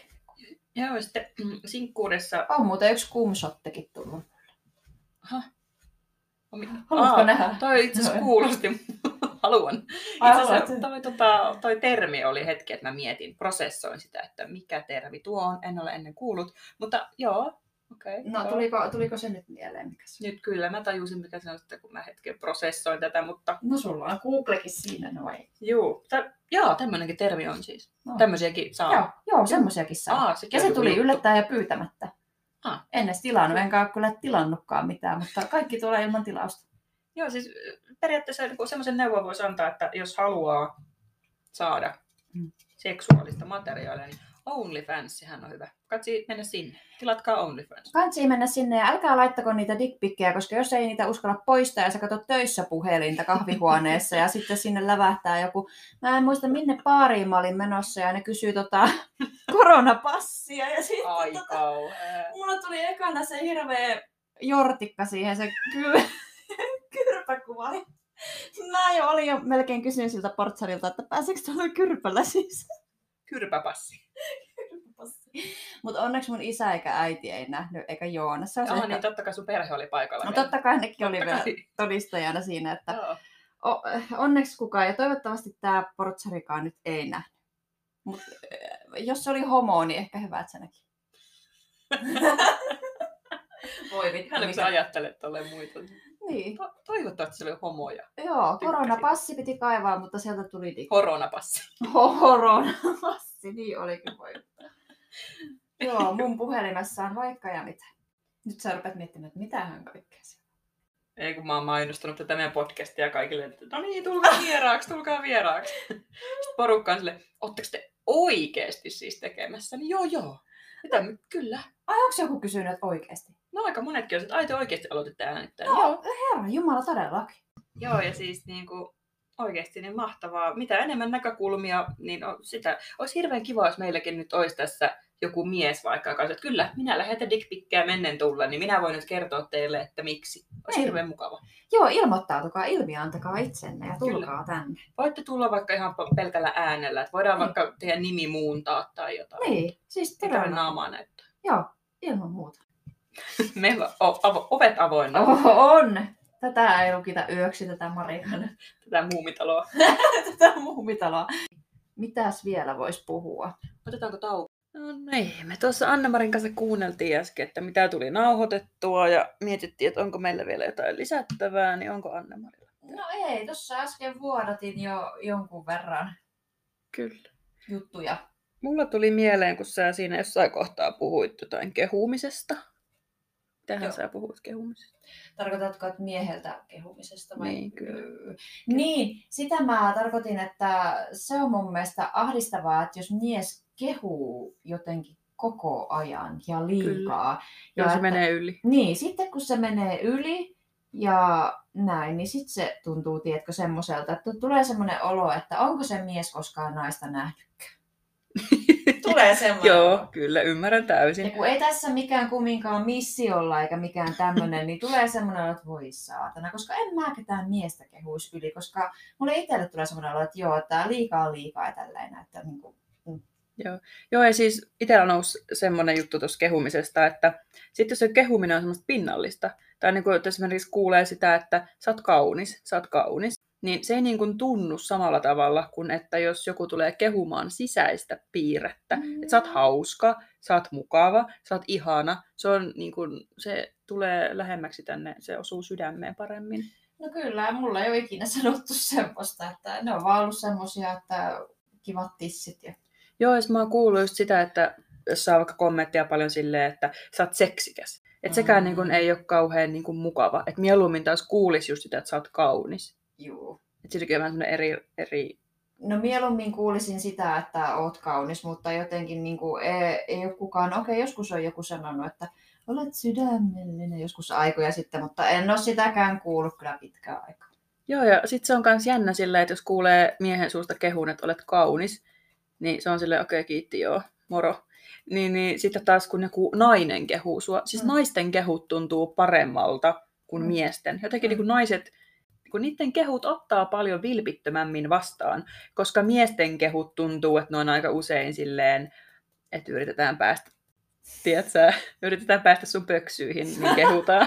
[SPEAKER 1] Joo, sitten sinkkuudessa...
[SPEAKER 2] On muuten yksi kumshottekin tullut.
[SPEAKER 1] Aha.
[SPEAKER 2] Haluatko Aa, nähdä?
[SPEAKER 1] Toi itse asiassa kuulosti. Haluan. Itse asiassa toi, tota, toi termi oli hetki, että mä mietin, prosessoin sitä, että mikä termi tuo on. En ole ennen kuullut, mutta joo. Okay,
[SPEAKER 2] no
[SPEAKER 1] joo.
[SPEAKER 2] Tuliko, tuliko se nyt mieleen? Mikä se?
[SPEAKER 1] Nyt kyllä, mä tajusin mikä se on sitten, kun mä hetken prosessoin tätä, mutta...
[SPEAKER 2] No sulla on Googlekin siinä, noin.
[SPEAKER 1] Joo, tä... joo, tämmöinenkin termi on siis. No. Tämmöisiäkin saa.
[SPEAKER 2] Joo, joo semmoisiakin saa.
[SPEAKER 1] Aa,
[SPEAKER 2] ja se tuli juttu. Yllättäen ja pyytämättä.
[SPEAKER 1] Ah.
[SPEAKER 2] Ennen tilannut, enkä ole kyllä tilannutkaan mitään, mutta kaikki tulee ilman tilausta.
[SPEAKER 1] Joo, siis periaatteessa niin semmoisen neuvon voisi antaa, että jos haluaa saada mm. seksuaalista materiaalia, niin OnlyFansihan on hyvä. Katsi mennä sinne. Tilatkaa OnlyFans.
[SPEAKER 2] Kansi mennä sinne ja älkää laittako niitä dickpikkejä, koska jos ei niitä uskalla poistaa ja sä katsot töissä puhelinta kahvihuoneessa ja sitten sinne lävähtää joku, mä en muista minne baariin mä olin menossa ja ne kysyy tota koronapassia ja sitten
[SPEAKER 1] Ai
[SPEAKER 2] tota,
[SPEAKER 1] kauhea.
[SPEAKER 2] Mulla tuli ekana se hirveä jortikka siihen, se ky- kyrpäkuva. Mä jo olin jo melkein kysyin siltä portsarilta, että pääseekö tuolla kyrpällä siis?
[SPEAKER 1] Kyrpäpassi.
[SPEAKER 2] Kyrpäpassi. Mutta onneksi mun isä eikä äiti ei nähnyt, eikä Joona. Se
[SPEAKER 1] Joo,
[SPEAKER 2] ehkä...
[SPEAKER 1] niin totta kai sun perhe oli paikalla.
[SPEAKER 2] No
[SPEAKER 1] vielä.
[SPEAKER 2] totta kai nekin
[SPEAKER 1] Totta
[SPEAKER 2] oli
[SPEAKER 1] kai.
[SPEAKER 2] vielä todistajana siinä, että
[SPEAKER 1] Joo.
[SPEAKER 2] o- onneksi kukaan. Ja toivottavasti tämä portsarikaan nyt ei nähnyt. Mutta jos se oli homo, niin ehkä hyvä, että se näki. Voi vittu.
[SPEAKER 1] Hän
[SPEAKER 2] mikä-
[SPEAKER 1] ajattelet tolleen muita.
[SPEAKER 2] Niin.
[SPEAKER 1] To- Toivottavasti se oli homoja.
[SPEAKER 2] Joo, koronapassi piti kaivaa, mutta sieltä tuli digit.
[SPEAKER 1] Koronapassi.
[SPEAKER 2] Koronapassi, niin olikin voi. Joo, mun puhelimessa on vaikka ja mitä. Nyt sä rupeat miettimään, että mitähän kaikkea siellä.
[SPEAKER 1] Ei kun mä oon mainostanut tätä meidän podcastia kaikille, että no niin, tulkaa vieraaksi, tulkaa vieraaksi. Sitten porukka on silleen, ootteko te oikeesti siis tekemässä? Niin joo, joo. Mitä, kyllä.
[SPEAKER 2] Ai, onko joku kysynyt oikeasti?
[SPEAKER 1] No aika monetkin on, että ai te oikeesti aloititte äänittää.
[SPEAKER 2] Joo,
[SPEAKER 1] Joo.
[SPEAKER 2] herra jumala todellakin.
[SPEAKER 1] Joo, ja siis niinku, oikeesti niin mahtavaa. Mitä enemmän näkökulmia, niin on sitä. Olisi hirveän kiva, jos meilläkin nyt olisi tässä joku mies vaikka kanssa, että kyllä, minä lähetän dickpikkejä mennen tulla, niin minä voin nyt kertoa teille, että miksi. Olisi
[SPEAKER 2] Ei.
[SPEAKER 1] hirveän mukava.
[SPEAKER 2] Joo, ilmoittautukaa, ilmiantakaa itsenne ja tulkaa tänne.
[SPEAKER 1] Voitte tulla vaikka ihan pelkällä äänellä, että voidaan
[SPEAKER 2] Niin.
[SPEAKER 1] vaikka teidän nimi muuntaa tai jotain.
[SPEAKER 2] Niin, siis
[SPEAKER 1] Ei tarvitse
[SPEAKER 2] todella.
[SPEAKER 1] naamaa näyttää.
[SPEAKER 2] Joo, ilman muuta.
[SPEAKER 1] Meillä on avo- ovet avoinna.
[SPEAKER 2] Oho, on! Tätä ei lukita yöksi, tätä Marikan.
[SPEAKER 1] Tätä muumitaloa.
[SPEAKER 2] tätä muumitaloa. Mitäs vielä voisi puhua?
[SPEAKER 1] Otetaanko tauko? No niin, me tuossa Anne-Marin kanssa kuunneltiin äsken, että mitä tuli nauhoitettua ja mietittiin, että onko meillä vielä jotain lisättävää, niin onko Anne-Marilla?
[SPEAKER 2] No ei, tuossa äsken vuodatin jo jonkun verran
[SPEAKER 1] Kyllä.
[SPEAKER 2] juttuja.
[SPEAKER 1] Mulla tuli mieleen, kun sä siinä jossain kohtaa puhuit jotain kehumisesta. Mitähän
[SPEAKER 2] Joo.
[SPEAKER 1] sä puhuit kehumisesta?
[SPEAKER 2] Tarkoitatko, että mieheltä kehumisesta vai?
[SPEAKER 1] Niin, kyllä.
[SPEAKER 2] Niin, sitä mä tarkoitin, että se on mun mielestä ahdistavaa, että jos mies kehuu jotenkin koko ajan ja liikaa.
[SPEAKER 1] Joo,
[SPEAKER 2] Ja
[SPEAKER 1] se
[SPEAKER 2] että,
[SPEAKER 1] menee yli.
[SPEAKER 2] Niin, sitten kun se menee yli ja näin, niin sitten se tuntuu, tiedätkö, semmoiselta, että tulee semmoinen olo, että onko se mies koskaan naista nähnytkään. Tulee semmoinen.
[SPEAKER 1] Joo, kyllä, ymmärrän täysin.
[SPEAKER 2] Ja kun ei tässä mikään kumminkaan missi olla eikä mikään tämmöinen, niin tulee semmoinen, että voi saatana, koska en mä ketään miestä kehuisi yli, koska mulle itselle tulee semmoinen olo, että joo, että liikaa on liikaa ja tälleen, että niin kuin,
[SPEAKER 1] Joo. Joo, ja siis itsellä nousi semmoinen juttu tuossa kehumisesta, että sitten jos se kehuminen on semmoista pinnallista, tai niin kuin, että esimerkiksi kuulee sitä, että sä oot kaunis, sä oot kaunis, niin se ei niin kuin tunnu samalla tavalla kuin, että jos joku tulee kehumaan sisäistä piirrettä, mm. että sä oot hauska, sä oot mukava, sä oot ihana, se, on niin kuin, se tulee lähemmäksi tänne, se osuu sydämeen paremmin.
[SPEAKER 2] no kyllä, mulla ei ole ikinä sanottu semmoista, että ne on vaan ollut semmoisia, että kivat tissit ja
[SPEAKER 1] Joo, jos mä oon kuullut just sitä, että jos saa vaikka kommenttia paljon silleen, että sä oot seksikäs. Että sekään
[SPEAKER 2] Mm.
[SPEAKER 1] niin kun, ei ole kauhean niin kun, mukava. Että mieluummin taas kuulisi just sitä, että sä oot kaunis.
[SPEAKER 2] juu.
[SPEAKER 1] Että silläkin on vähän semmoinen eri, eri...
[SPEAKER 2] No mieluummin kuulisin sitä, että oot kaunis, mutta jotenkin niin kuin, ei, ei ole kukaan, okei joskus on joku sanonut, että olet sydämellinen joskus aikoja sitten, mutta en ole sitäkään kuullut kyllä pitkään aikaa.
[SPEAKER 1] Joo, ja sit se on kans jännä silleen, että jos kuulee miehen suusta kehun, että olet kaunis, niin se on silleen, okei, okay, kiitti, joo, moro. Niin, niin sitten taas kun joku nainen kehuu sua, siis mm. naisten kehut tuntuu paremmalta kuin mm. miesten. Jotenkin mm. niin kuin naiset, kun niiden kehut ottaa paljon vilpittömämmin vastaan, koska miesten kehut tuntuu, että ne on aika usein silleen, että yritetään päästä, tiedätkö, yritetään päästä sun pöksyihin, niin kehutaan.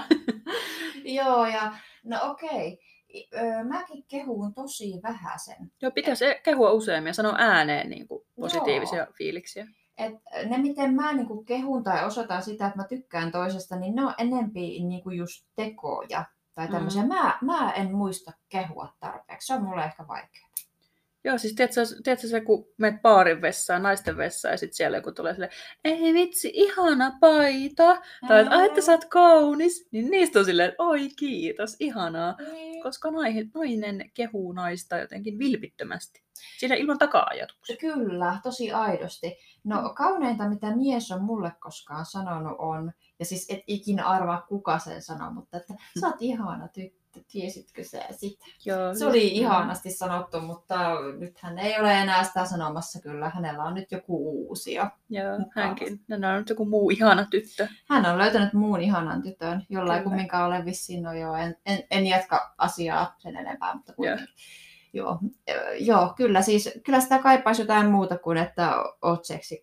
[SPEAKER 2] Joo, ja no okei. Öö, mäkin kehun tosi vähäsen.
[SPEAKER 1] Joo, pitäisi kehua useammin ja sanoa ääneen niin kuin positiivisia Joo. fiiliksiä.
[SPEAKER 2] Et ne, miten mä niin kuin kehun tai osoitan sitä, että mä tykkään toisesta, niin ne on enempi niin kuin just tekoja tai tämmöisiä. Mm. Mä, mä en muista kehua tarpeeksi. Se on mulle ehkä vaikeaa.
[SPEAKER 1] Joo, siis tiedätkö, tiedätkö se, kun menet baarin vessaan, naisten vessaan, ja sitten siellä joku tulee silleen, ei vitsi, ihana paita, Ää. tai että ai, että sä oot kaunis, niin niistä on silleen, oi kiitos, ihanaa, niin. Koska nainen kehuu naista jotenkin vilpittömästi, siinä ilman taka-ajatuksia.
[SPEAKER 2] Kyllä, tosi aidosti. No kauneinta, mitä mies on mulle koskaan sanonut on, ja siis et ikinä arvaa kuka sen sanoo, mutta että sä oot ihana tyttö. Tiesitkö sä sitä?
[SPEAKER 1] Joo,
[SPEAKER 2] se oli ihanasti sanottu, mutta nythän ei ole enää sitä sanomassa kyllä. Hänellä on nyt joku uusi.
[SPEAKER 1] Joo, hänkin. Hän on nyt joku muu ihana tyttö.
[SPEAKER 2] Hän on löytänyt muun ihanan tytön, jollain
[SPEAKER 1] kyllä.
[SPEAKER 2] kumminkaan ole vissiin. No joo, en, en, en jatka asiaa sen enempää, mutta kuitenkin. Joo. Joo, kyllä, siis, kyllä sitä kaipaisi jotain muuta kuin, että oot seksikäs.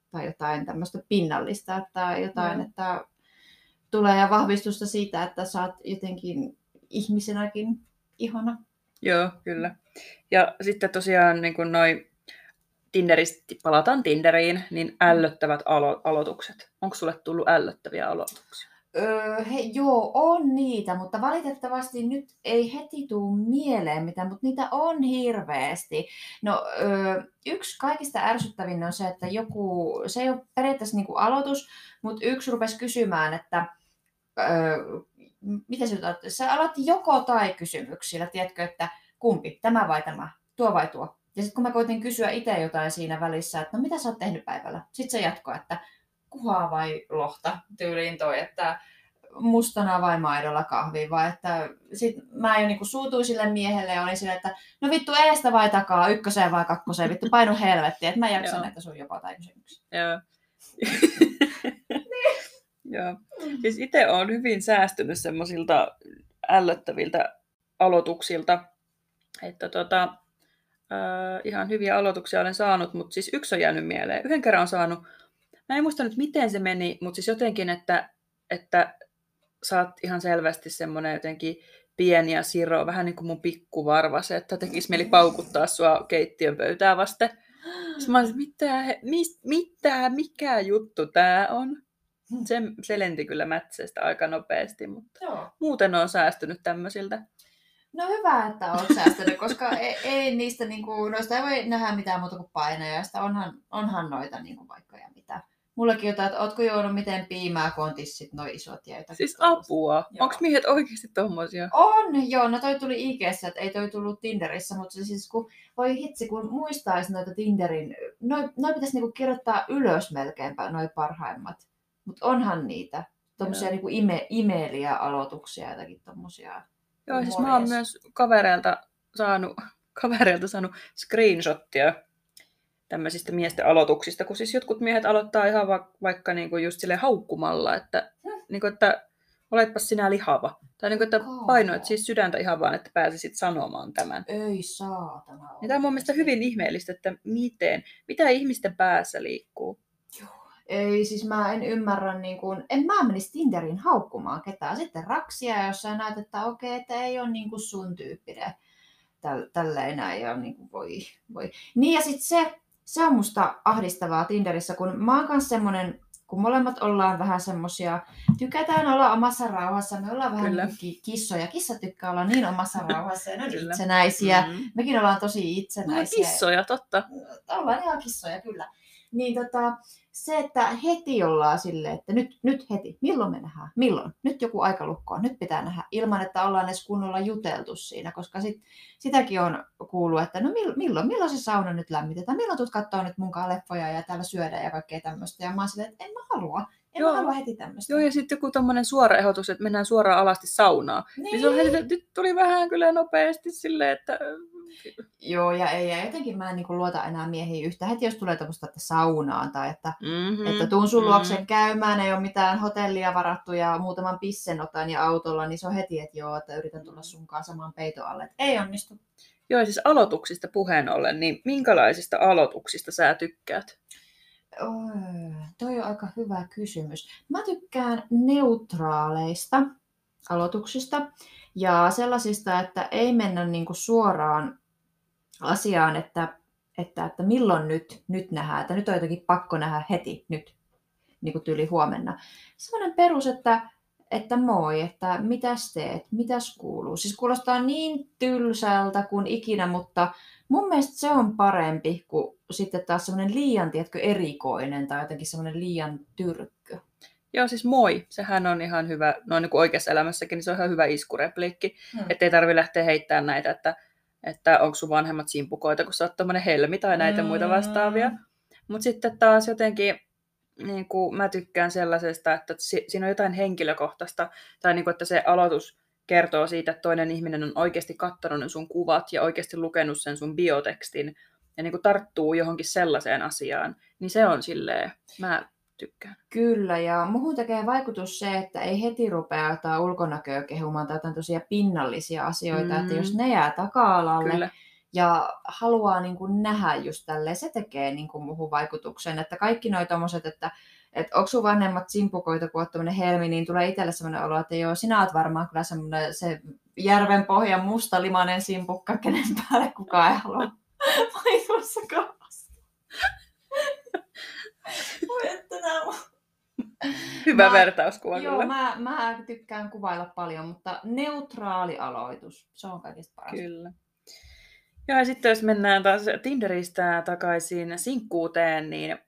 [SPEAKER 2] tai jotain tämmöistä pinnallista, että jotain,
[SPEAKER 1] Joo.
[SPEAKER 2] että tulee vahvistusta siitä, että sä oot jotenkin ihmisenäkin ihana.
[SPEAKER 1] Joo, kyllä. Ja sitten tosiaan niin kuin noi Tinderistä, palataan Tinderiin, niin ällöttävät alo- aloitukset. Onko sulle tullut ällöttäviä aloituksia?
[SPEAKER 2] Öö, he, joo, on niitä, mutta valitettavasti nyt ei heti tule mieleen mitään, mutta niitä on hirveästi. No, öö, yksi kaikista ärsyttävin on se, että joku, se ei ole periaatteessa niin kuin aloitus, mutta yksi rupesi kysymään, että öö, mitä se on, sä aloitti joko tai kysymyksillä, tiedätkö, että kumpi, tämä vai tämä, tuo vai tuo. Ja sitten kun mä koitin kysyä itse jotain siinä välissä, että no mitä sä oot tehnyt päivällä, sitten se jatkoi, että kuhaa vai lohta tyyliin toi, että mustana vai maidolla kahvi, vai että sit mä jo niinku suutuin sille miehelle ja olin sille, että no vittu eestä vai takaa, ykköseen vai kakkoseen, vittu painu helvettiin, että mä en jaksa näitä sun joko tai kysymyksiä.
[SPEAKER 1] Joo. Joo. Siis itse olen hyvin säästynyt semmoisilta ällöttäviltä aloituksilta, että tota, äh, ihan hyviä aloituksia olen saanut, mutta siis yksi on jäänyt mieleen. Yhden kerran on saanut, mä en muista nyt miten se meni, mutta siis jotenkin, että, että sä oot ihan selvästi semmoinen jotenkin pieni ja siro, vähän niin kuin mun pikkuvarvas, että tekisi mieli paukuttaa sua keittiön pöytää vasten. Sitten mä olisin, mitä, mis, mitä, mikä juttu tää on? Se, se lenti kyllä mätsestä aika nopeasti, mutta
[SPEAKER 2] Joo.
[SPEAKER 1] muuten on säästynyt tämmöisiltä.
[SPEAKER 2] No hyvä, että olet säästänyt, koska ei, ei niistä, niinku, noista ei voi nähdä mitään muuta kuin painajasta. Onhan, onhan noita niinku, vaikka ja mitä. Mullekin jotain, että ootko juonut miten piimää, kun on tissit noin isot ja jotakin.
[SPEAKER 1] Siis
[SPEAKER 2] tuollaista.
[SPEAKER 1] apua. Onko miehet oikeasti tommosia?
[SPEAKER 2] On, joo. No toi tuli I G:ssä, että ei toi tullut Tinderissä, mutta se siis kun, voi hitsi, kun muistaisi noita Tinderin, noi, noi pitäisi niinku kirjoittaa ylös melkeinpä, noi parhaimmat. Mutta onhan niitä, tommosia niinku ime, imeliä aloituksia, jotakin tommosia.
[SPEAKER 1] Joo, siis mä oon myös kavereilta saanut, kavereilta saanut screenshottia tämmöisistä miesten aloituksista, kun siis jotkut miehet aloittaa ihan va- vaikka niinku just silleen haukkumalla, että, hmm. niinku, että oletpas sinä lihava. Tai niinku, että painoit siis sydäntä ihan vaan, että pääsisit sanomaan tämän.
[SPEAKER 2] Ei saatana.
[SPEAKER 1] Ja tämä on mun mielestä hyvin ihmeellistä, että miten, mitä ihmisten päässä liikkuu.
[SPEAKER 2] Joo. Ei, siis mä en ymmärrä, niin kuin, en mä menisi Tinderin haukkumaan ketään. Sitten raksia, jos sä näet, että okei, että ei ole niin kuin sun tyyppinen. Täl, tälleen näin ja niin kuin voi, voi. Niin ja sitten se, se on musta ahdistavaa Tinderissä, kun mä oon kanssa semmonen, kun molemmat ollaan vähän semmosia, tykätään olla omassa rauhassa, me ollaan vähän niin kissoja. Kissa tykkää olla niin omassa rauhassa ja ne on kyllä itsenäisiä. Mm-hmm. Mekin ollaan tosi itsenäisiä.
[SPEAKER 1] No, kissoja, totta.
[SPEAKER 2] Ollaan ihan kissoja, kyllä. Niin tota, se, että heti ollaan silleen, että nyt, nyt heti, milloin me nähdään, milloin, nyt joku aikalukko on, nyt pitää nähdä, ilman että ollaan edes kunnolla juteltu siinä, koska sit, sitäkin on kuullut, että no milloin, milloin se sauna nyt lämmitetään, milloin tulet katsoa nyt munkaan leffoja ja täällä syödään ja kaikkea tämmöistä, ja mä oon silleen, että en mä halua, en Joo. mä halua heti tämmöistä.
[SPEAKER 1] Joo, ja sitten joku tommonen suora ehdotus, että mennään suoraan alasti saunaan, niin, niin se on heti, että nyt tuli vähän kyllä nopeasti silleen, että...
[SPEAKER 2] Joo, ja ei, ja jotenkin mä en niin kuin luota enää miehiin yhtään. Heti jos tulee tämmöistä, että saunaan tai että, mm-hmm, että tuun sun luokse mm-hmm. käymään, ei ole mitään hotellia varattu ja muutaman pissen otan ja autolla, niin se on heti, että joo, että yritän tulla sunkaan saman peiton alle. Että ei onnistu.
[SPEAKER 1] Joo, siis aloituksista puheen ollen, niin minkälaisista aloituksista sä tykkäät?
[SPEAKER 2] Oi, toi on aika hyvä kysymys. Mä tykkään neutraaleista aloituksista ja sellaisista, että ei mennä niinku suoraan asiaan, että, että, että milloin nyt, nyt nähdään, että nyt on jotenkin pakko nähdä heti, nyt, niin kuin tyyli huomenna. Sellainen perus, että, että moi, että mitäs teet, mitäs kuuluu. Siis kuulostaa niin tylsältä kuin ikinä, mutta mun mielestä se on parempi kuin sitten taas semmoinen liian, tiedätkö, erikoinen tai jotenkin semmoinen liian tyrkkö.
[SPEAKER 1] Joo, siis moi. Sehän on ihan hyvä, no niin kuin oikeassa elämässäkin, niin se on ihan hyvä iskurepliikki. Hmm. Että ei tarvitse lähteä heittämään näitä, että, että onko sun vanhemmat simpukoita, kun sä oot tommonen helmi tai näitä hmm. muita vastaavia. Mutta sitten taas jotenkin, niin kuin mä tykkään sellaisesta, että si- siinä on jotain henkilökohtaista, tai niin kuin, että se aloitus kertoo siitä, että toinen ihminen on oikeasti katsonut ne sun kuvat ja oikeasti lukenut sen sun biotekstin ja niin kuin tarttuu johonkin sellaiseen asiaan, niin se on silleen, mä tykkään.
[SPEAKER 2] Kyllä, ja muuhun tekee vaikutus se, että ei heti rupea jotain ulkonäköä kehumaan tai jotain tosiaan pinnallisia asioita, mm. että jos ne jää taka-alalle, Kyllä. ja haluaa niin kuin nähdä just tälleen, se tekee niin kuin muuhun vaikutuksen, että kaikki noi tommoset, että että onko sun vanhemmat simpukoita, kun oot tämmönen Helmi, niin tulee itselle semmoinen olo, että joo, sinä oot varmaan kyllä semmoinen se järven pohjan mustalimainen simpukka, kenen päälle kukaan ei halua maailmassakaan. Voi että nää on.
[SPEAKER 1] Hyvä
[SPEAKER 2] Mä-
[SPEAKER 1] vertauskuva
[SPEAKER 2] Joo,
[SPEAKER 1] kyllä.
[SPEAKER 2] mä, mä tykkään kuvailla paljon, mutta neutraali aloitus, se on kaikista paras.
[SPEAKER 1] Kyllä. Ja sitten jos mennään taas Tinderistä takaisin sinkkuuteen, niin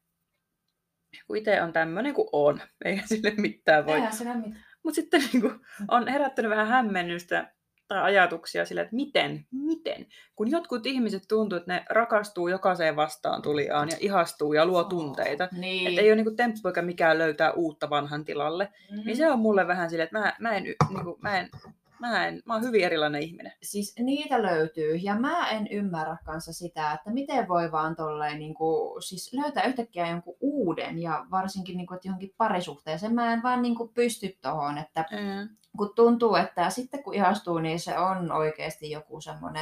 [SPEAKER 1] kun itse on tämmöinen kuin on, eihän sille mitään voi.
[SPEAKER 2] Eihän siinä mitään.
[SPEAKER 1] Mutta sitten niin kuin, on herättänyt vähän hämmennystä tai ajatuksia sille, että miten, miten. Kun jotkut ihmiset tuntuu, että ne rakastuu jokaiseen vastaan tulijaan ja ihastuu ja luo tunteita.
[SPEAKER 2] Niin.
[SPEAKER 1] Että ei ole niin temppu eikä mikään löytää uutta vanhan tilalle.
[SPEAKER 2] Mm-hmm.
[SPEAKER 1] Niin se on mulle vähän silleen, että mä, mä, en, niin kuin, mä, en, mä, en, mä oon hyvin erilainen ihminen.
[SPEAKER 2] Siis niitä löytyy, ja mä en ymmärrä kanssa sitä, että miten voi vaan tolleen niin kuin, siis löytää yhtäkkiä jonkun uuden, ja varsinkin niin kuin, että johonkin parisuhteeseen. Mä en vaan niin kuin, pysty tohon, että
[SPEAKER 1] Mm.
[SPEAKER 2] kun tuntuu, että sitten kun ihastuu, niin se on oikeasti joku semmoinen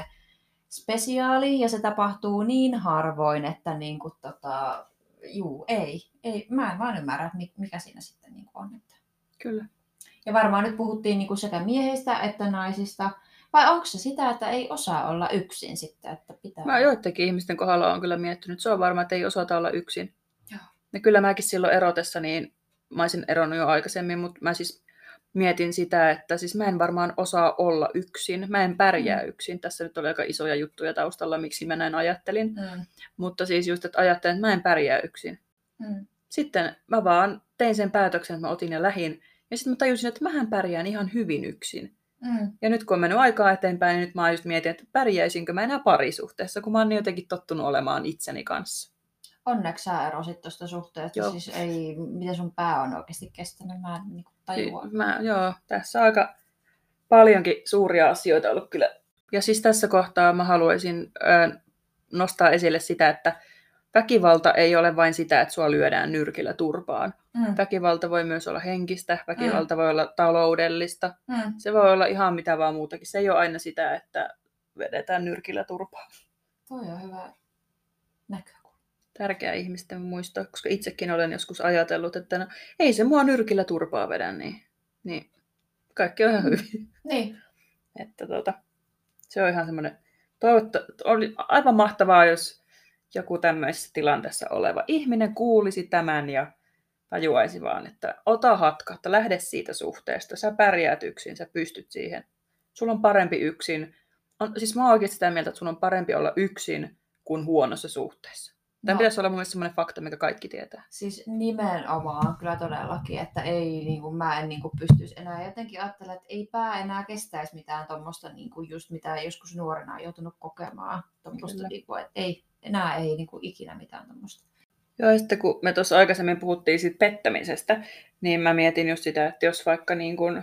[SPEAKER 2] spesiaali, ja se tapahtuu niin harvoin, että niin kuin, tota, juu, ei, ei, mä en vaan ymmärrä, että mikä siinä sitten niin kuin on. Että.
[SPEAKER 1] Kyllä.
[SPEAKER 2] Ja varmaan nyt puhuttiin niin kuin sekä miehistä että naisista. Vai onko se sitä, että ei osaa olla yksin sitten? Että pitää...
[SPEAKER 1] Mä joidenkin ihmisten kohdalla on kyllä miettinyt, se on varma, että ei osata olla yksin.
[SPEAKER 2] Joo.
[SPEAKER 1] Ja kyllä mäkin silloin erotessa, niin mä olisin eronnut jo aikaisemmin, mutta mä siis mietin sitä, että siis mä en varmaan osaa olla yksin. Mä en pärjää mm. yksin. Tässä nyt oli aika isoja juttuja taustalla, miksi mä näin ajattelin.
[SPEAKER 2] Mm.
[SPEAKER 1] Mutta siis just, että ajattelin, että mä en pärjää yksin.
[SPEAKER 2] Mm.
[SPEAKER 1] Sitten mä vaan tein sen päätöksen, että mä otin ja lähin. Ja sitten mä tajusin, että mähän pärjään ihan hyvin yksin.
[SPEAKER 2] Mm.
[SPEAKER 1] Ja nyt kun on mennyt aikaa eteenpäin, niin nyt mä just mietin, että pärjäisinkö mä enää parisuhteessa, kun mä oon niin jotenkin tottunut olemaan itseni kanssa.
[SPEAKER 2] Onneksi sä erosit tuosta suhteesta.
[SPEAKER 1] Joo.
[SPEAKER 2] Siis ei, miten sun pää on oikeasti kestänyt, mä en niin tajua.
[SPEAKER 1] Mä, joo, tässä on aika paljonkin suuria asioita ollut kyllä. Ja siis tässä kohtaa mä haluaisin ö, nostaa esille sitä, että väkivalta ei ole vain sitä, että sua lyödään nyrkillä turpaan.
[SPEAKER 2] Mm.
[SPEAKER 1] Väkivalta voi myös olla henkistä, väkivalta mm. voi olla taloudellista.
[SPEAKER 2] Mm.
[SPEAKER 1] Se voi olla ihan mitä vaan muutakin. Se ei ole aina sitä, että vedetään nyrkillä turpaan.
[SPEAKER 2] Toi on hyvä näkökulma.
[SPEAKER 1] Tärkeää ihmisten muistaa, koska itsekin olen joskus ajatellut, että no, ei se mua nyrkillä turpaa vedä, niin, niin kaikki on ihan hyvin.
[SPEAKER 2] Niin.
[SPEAKER 1] Että tuota, se on ihan semmoinen, toivotta, oli aivan mahtavaa, jos joku tämmöisessä tilanteessa oleva ihminen kuulisi tämän ja tajuaisi vaan, että ota hatkahta, lähde siitä suhteesta, sä pärjäät yksin, sä pystyt siihen. Sulla on parempi yksin. On, siis mä oon oikeasti sitä mieltä, että sun on parempi olla yksin kuin huonossa suhteessa. Tämä
[SPEAKER 2] No.
[SPEAKER 1] pitäisi olla mun mielestä semmoinen fakta, mikä kaikki tietää.
[SPEAKER 2] Siis nimenomaan kyllä todellakin, että ei, niin kuin, mä en niin kuin, pystyisi enää. Jotenkin ajattelen, että ei pää enää kestäisi mitään tuommoista, niin kuin, just mitä joskus nuorena on joutunut kokemaan. Tommosta, niin kuin, että ei, enää ei niin kuin, ikinä mitään tuommoista.
[SPEAKER 1] Joo, ja sitten kun me tuossa aikaisemmin puhuttiin siitä pettämisestä, niin mä mietin just sitä, että jos vaikka niin kun,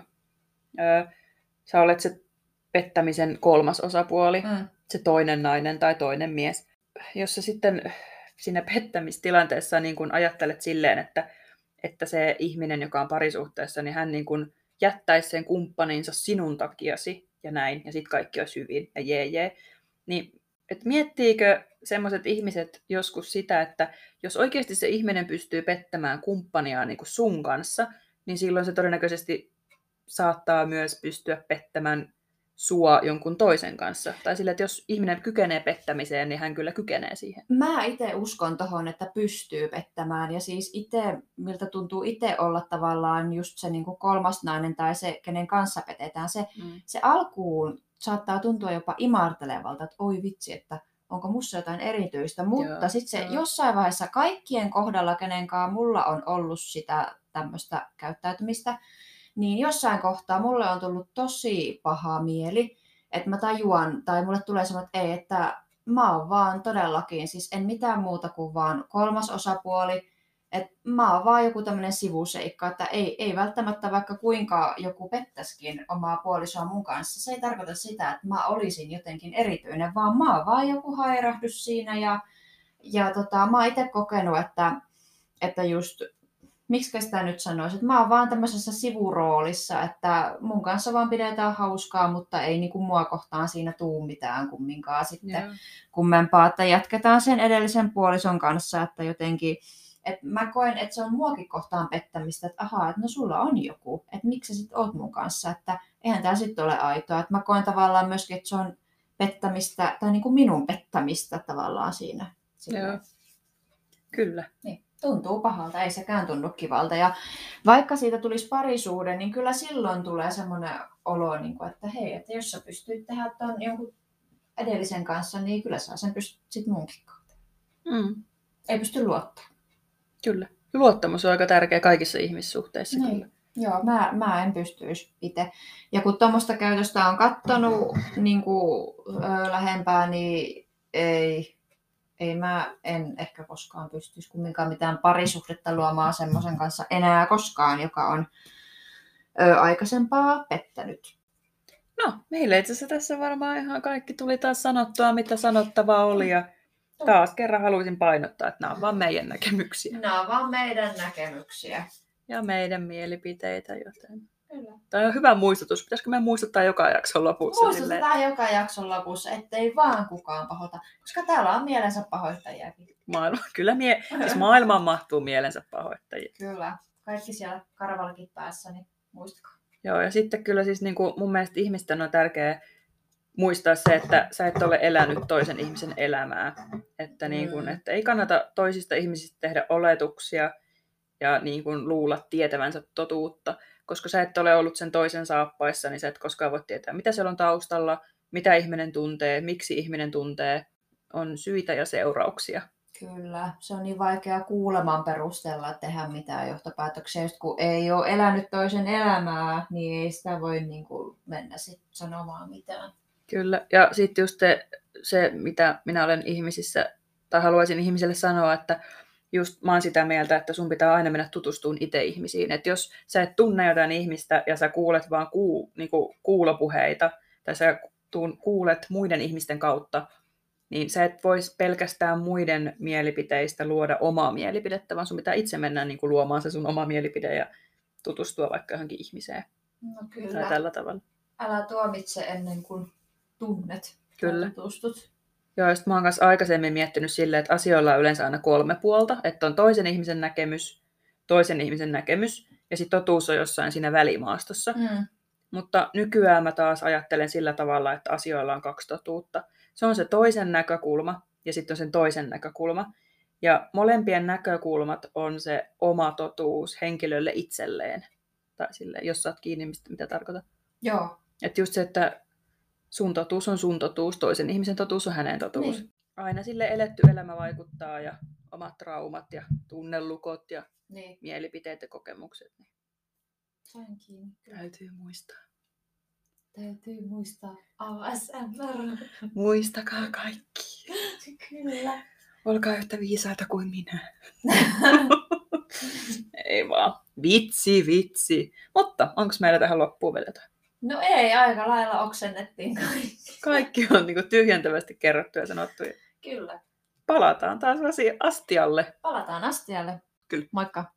[SPEAKER 1] ö, sä olet se pettämisen kolmas osapuoli,
[SPEAKER 2] Mm.
[SPEAKER 1] se toinen nainen tai toinen mies, jos sä sitten siinä pettämistilanteessa niin kun ajattelet silleen, että, että se ihminen, joka on parisuhteessa, niin hän niin kun jättäisi sen kumppaninsa sinun takiasi ja näin, ja sitten kaikki olisi hyvin ja jee jee, niin et miettiikö semmoiset ihmiset joskus sitä, että jos oikeasti se ihminen pystyy pettämään kumppaniaan niin kuin sun kanssa, niin silloin se todennäköisesti saattaa myös pystyä pettämään sua jonkun toisen kanssa. Tai sillä, että jos ihminen kykenee pettämiseen, niin hän kyllä kykenee siihen.
[SPEAKER 2] Mä itse uskon tohon, että pystyy pettämään. Ja siis itse, miltä tuntuu itse olla tavallaan just se niin kuin kolmas nainen tai se, kenen kanssa petetään, se,
[SPEAKER 1] Mm.
[SPEAKER 2] se alkuun saattaa tuntua jopa imartelevalta, että oi vitsi, että onko musta jotain erityistä. Mutta sitten se
[SPEAKER 1] joo.
[SPEAKER 2] jossain vaiheessa kaikkien kohdalla, kenenkaan mulla on ollut sitä tämmöistä käyttäytymistä, niin jossain kohtaa mulle on tullut tosi paha mieli, että mä tajuan, tai mulle tulee semmoinen, että ei, että mä oon vaan todellakin, siis en mitään muuta kuin vaan kolmas osapuoli, että mä oon vaan joku tämmöinen sivuseikka, että ei, ei välttämättä vaikka kuinka joku pettäskin omaa puolisoa mun kanssa, se ei tarkoita sitä, että mä olisin jotenkin erityinen, vaan mä oon vaan joku hairahdus siinä, ja, ja tota, mä oon itse kokenut, että, että just miksi sitä nyt sanoisi, että mä oon vaan tämmöisessä sivuroolissa, että mun kanssa vaan pidetään hauskaa, mutta ei niin kuin mua kohtaan siinä tuu mitään kumminkaan sitten
[SPEAKER 1] Joo.
[SPEAKER 2] kummempaa, että jatketaan sen edellisen puolison kanssa, että jotenkin, että mä koen, että se on muakin kohtaan pettämistä, että ahaa, että no sulla on joku, että miksi sä sit oot mun kanssa, että eihän tää sitten ole aitoa, että mä koen tavallaan myöskin, että se on pettämistä, tai niin kuin minun pettämistä tavallaan siinä.
[SPEAKER 1] Joo. Kyllä.
[SPEAKER 2] Niin, tuntuu pahalta, ei sekään tunnu kivalta. Ja vaikka siitä tulisi parisuhde, niin kyllä silloin tulee semmoinen olo, että hei, että jos sä pystyt tehdä ton jonkun edellisen kanssa, niin kyllä sä sen pystyt sit munkin kautta.
[SPEAKER 1] Mm.
[SPEAKER 2] Ei pysty luottaa.
[SPEAKER 1] Kyllä. Luottamus on aika tärkeä kaikissa ihmissuhteissa.
[SPEAKER 2] Niin.
[SPEAKER 1] Kyllä.
[SPEAKER 2] Joo, mä, mä en pystyisi itse. Ja kun tuommoista käytöstä on kattonut niin kuin, ö, lähempää, niin ei, ei mä en ehkä koskaan pystyisi kumminkaan mitään parisuhdetta luomaan semmoisen kanssa enää koskaan, joka on ö, aikaisempaa pettänyt.
[SPEAKER 1] No, meillä itse asiassa tässä varmaan ihan kaikki tuli taas sanottua, mitä sanottavaa oli. Ja taas kerran haluaisin painottaa, että nämä on vaan meidän näkemyksiä.
[SPEAKER 2] Nämä on vaan meidän näkemyksiä.
[SPEAKER 1] Ja meidän mielipiteitä, joten...
[SPEAKER 2] Kyllä.
[SPEAKER 1] Tämä on hyvä muistutus. Pitäisikö me muistuttaa joka jakson lopussa?
[SPEAKER 2] Muistutetaan silleen... joka jakson lopussa, ettei vaan kukaan pahoita, koska täällä on mielensä pahoittajiakin.
[SPEAKER 1] Maailma, kyllä mie... siis maailmaan mahtuu mielensä pahoittajia.
[SPEAKER 2] Kyllä. Kaikki siellä karvallakin päässä, niin muistakaa.
[SPEAKER 1] Joo, ja sitten kyllä siis niin kuin mun mielestä ihmisten on tärkeää muistaa se, että sä et ole elänyt toisen ihmisen elämää. Että, niin kuin, että ei kannata toisista ihmisistä tehdä oletuksia ja niin kuin luulla tietävänsä totuutta. Koska sä et ole ollut sen toisen saappaissa, niin sä et koskaan voi tietää, mitä siellä on taustalla, mitä ihminen tuntee, miksi ihminen tuntee. On syitä ja seurauksia.
[SPEAKER 2] Kyllä, se on niin vaikea kuuleman perusteella tehdä mitään johtopäätöksiä. Just kun ei ole elänyt toisen elämää, niin ei sitä voi niin kuin mennä sit sanomaan mitään.
[SPEAKER 1] Kyllä, ja sitten just se, se, mitä minä olen ihmisissä, tai haluaisin ihmiselle sanoa, että just mä oon sitä mieltä, että sun pitää aina mennä tutustumaan itse ihmisiin. Että jos sä et tunne jotain ihmistä ja sä kuulet vaan kuu, niinku kuulopuheita, tai sä kuulet muiden ihmisten kautta, niin sä et vois pelkästään muiden mielipiteistä luoda omaa mielipidettä, vaan sun pitää itse mennä niin kuin luomaan se sun oma mielipide ja tutustua vaikka johonkin ihmiseen.
[SPEAKER 2] No kyllä.
[SPEAKER 1] Tai tällä tavalla.
[SPEAKER 2] Älä tuomitse ennen kuin tunnet.
[SPEAKER 1] Kyllä.
[SPEAKER 2] Tutustut.
[SPEAKER 1] Joo, ja mä oon kanssa aikaisemmin miettinyt silleen, että asioilla on yleensä aina kolme puolta. Että on toisen ihmisen näkemys, toisen ihmisen näkemys ja sitten totuus on jossain siinä välimaastossa.
[SPEAKER 2] Mm.
[SPEAKER 1] Mutta nykyään mä taas ajattelen sillä tavalla, että asioilla on kaksi totuutta. Se on se toisen näkökulma ja sitten on sen toisen näkökulma. Ja molempien näkökulmat on se oma totuus henkilölle itselleen. Tai silleen, jos saat kiinni, mitä tarkoitan.
[SPEAKER 2] Joo.
[SPEAKER 1] Että just se, että sun totuus on sun totuus, toisen ihmisen totuus on hänen totuus.
[SPEAKER 2] Niin.
[SPEAKER 1] Aina sille eletty elämä vaikuttaa ja omat traumat ja tunnelukot ja
[SPEAKER 2] niin.
[SPEAKER 1] mielipiteet ja kokemukset. Niin
[SPEAKER 2] sain kiinni.
[SPEAKER 1] Täytyy muistaa.
[SPEAKER 2] Täytyy muistaa A S M R.
[SPEAKER 1] Muistakaa kaikki.
[SPEAKER 2] Kyllä.
[SPEAKER 1] Olkaa yhtä viisaita kuin minä. Ei vaan. Vitsi, vitsi. Mutta onko meillä tähän loppuun vielä jotain?
[SPEAKER 2] No ei, aika lailla oksennettiin kaikki.
[SPEAKER 1] Kaikki on niin kuin tyhjentävästi kerrottu ja sanottu.
[SPEAKER 2] Kyllä.
[SPEAKER 1] Palataan taas astialle.
[SPEAKER 2] Palataan astialle.
[SPEAKER 1] Kyllä.
[SPEAKER 2] Moikka.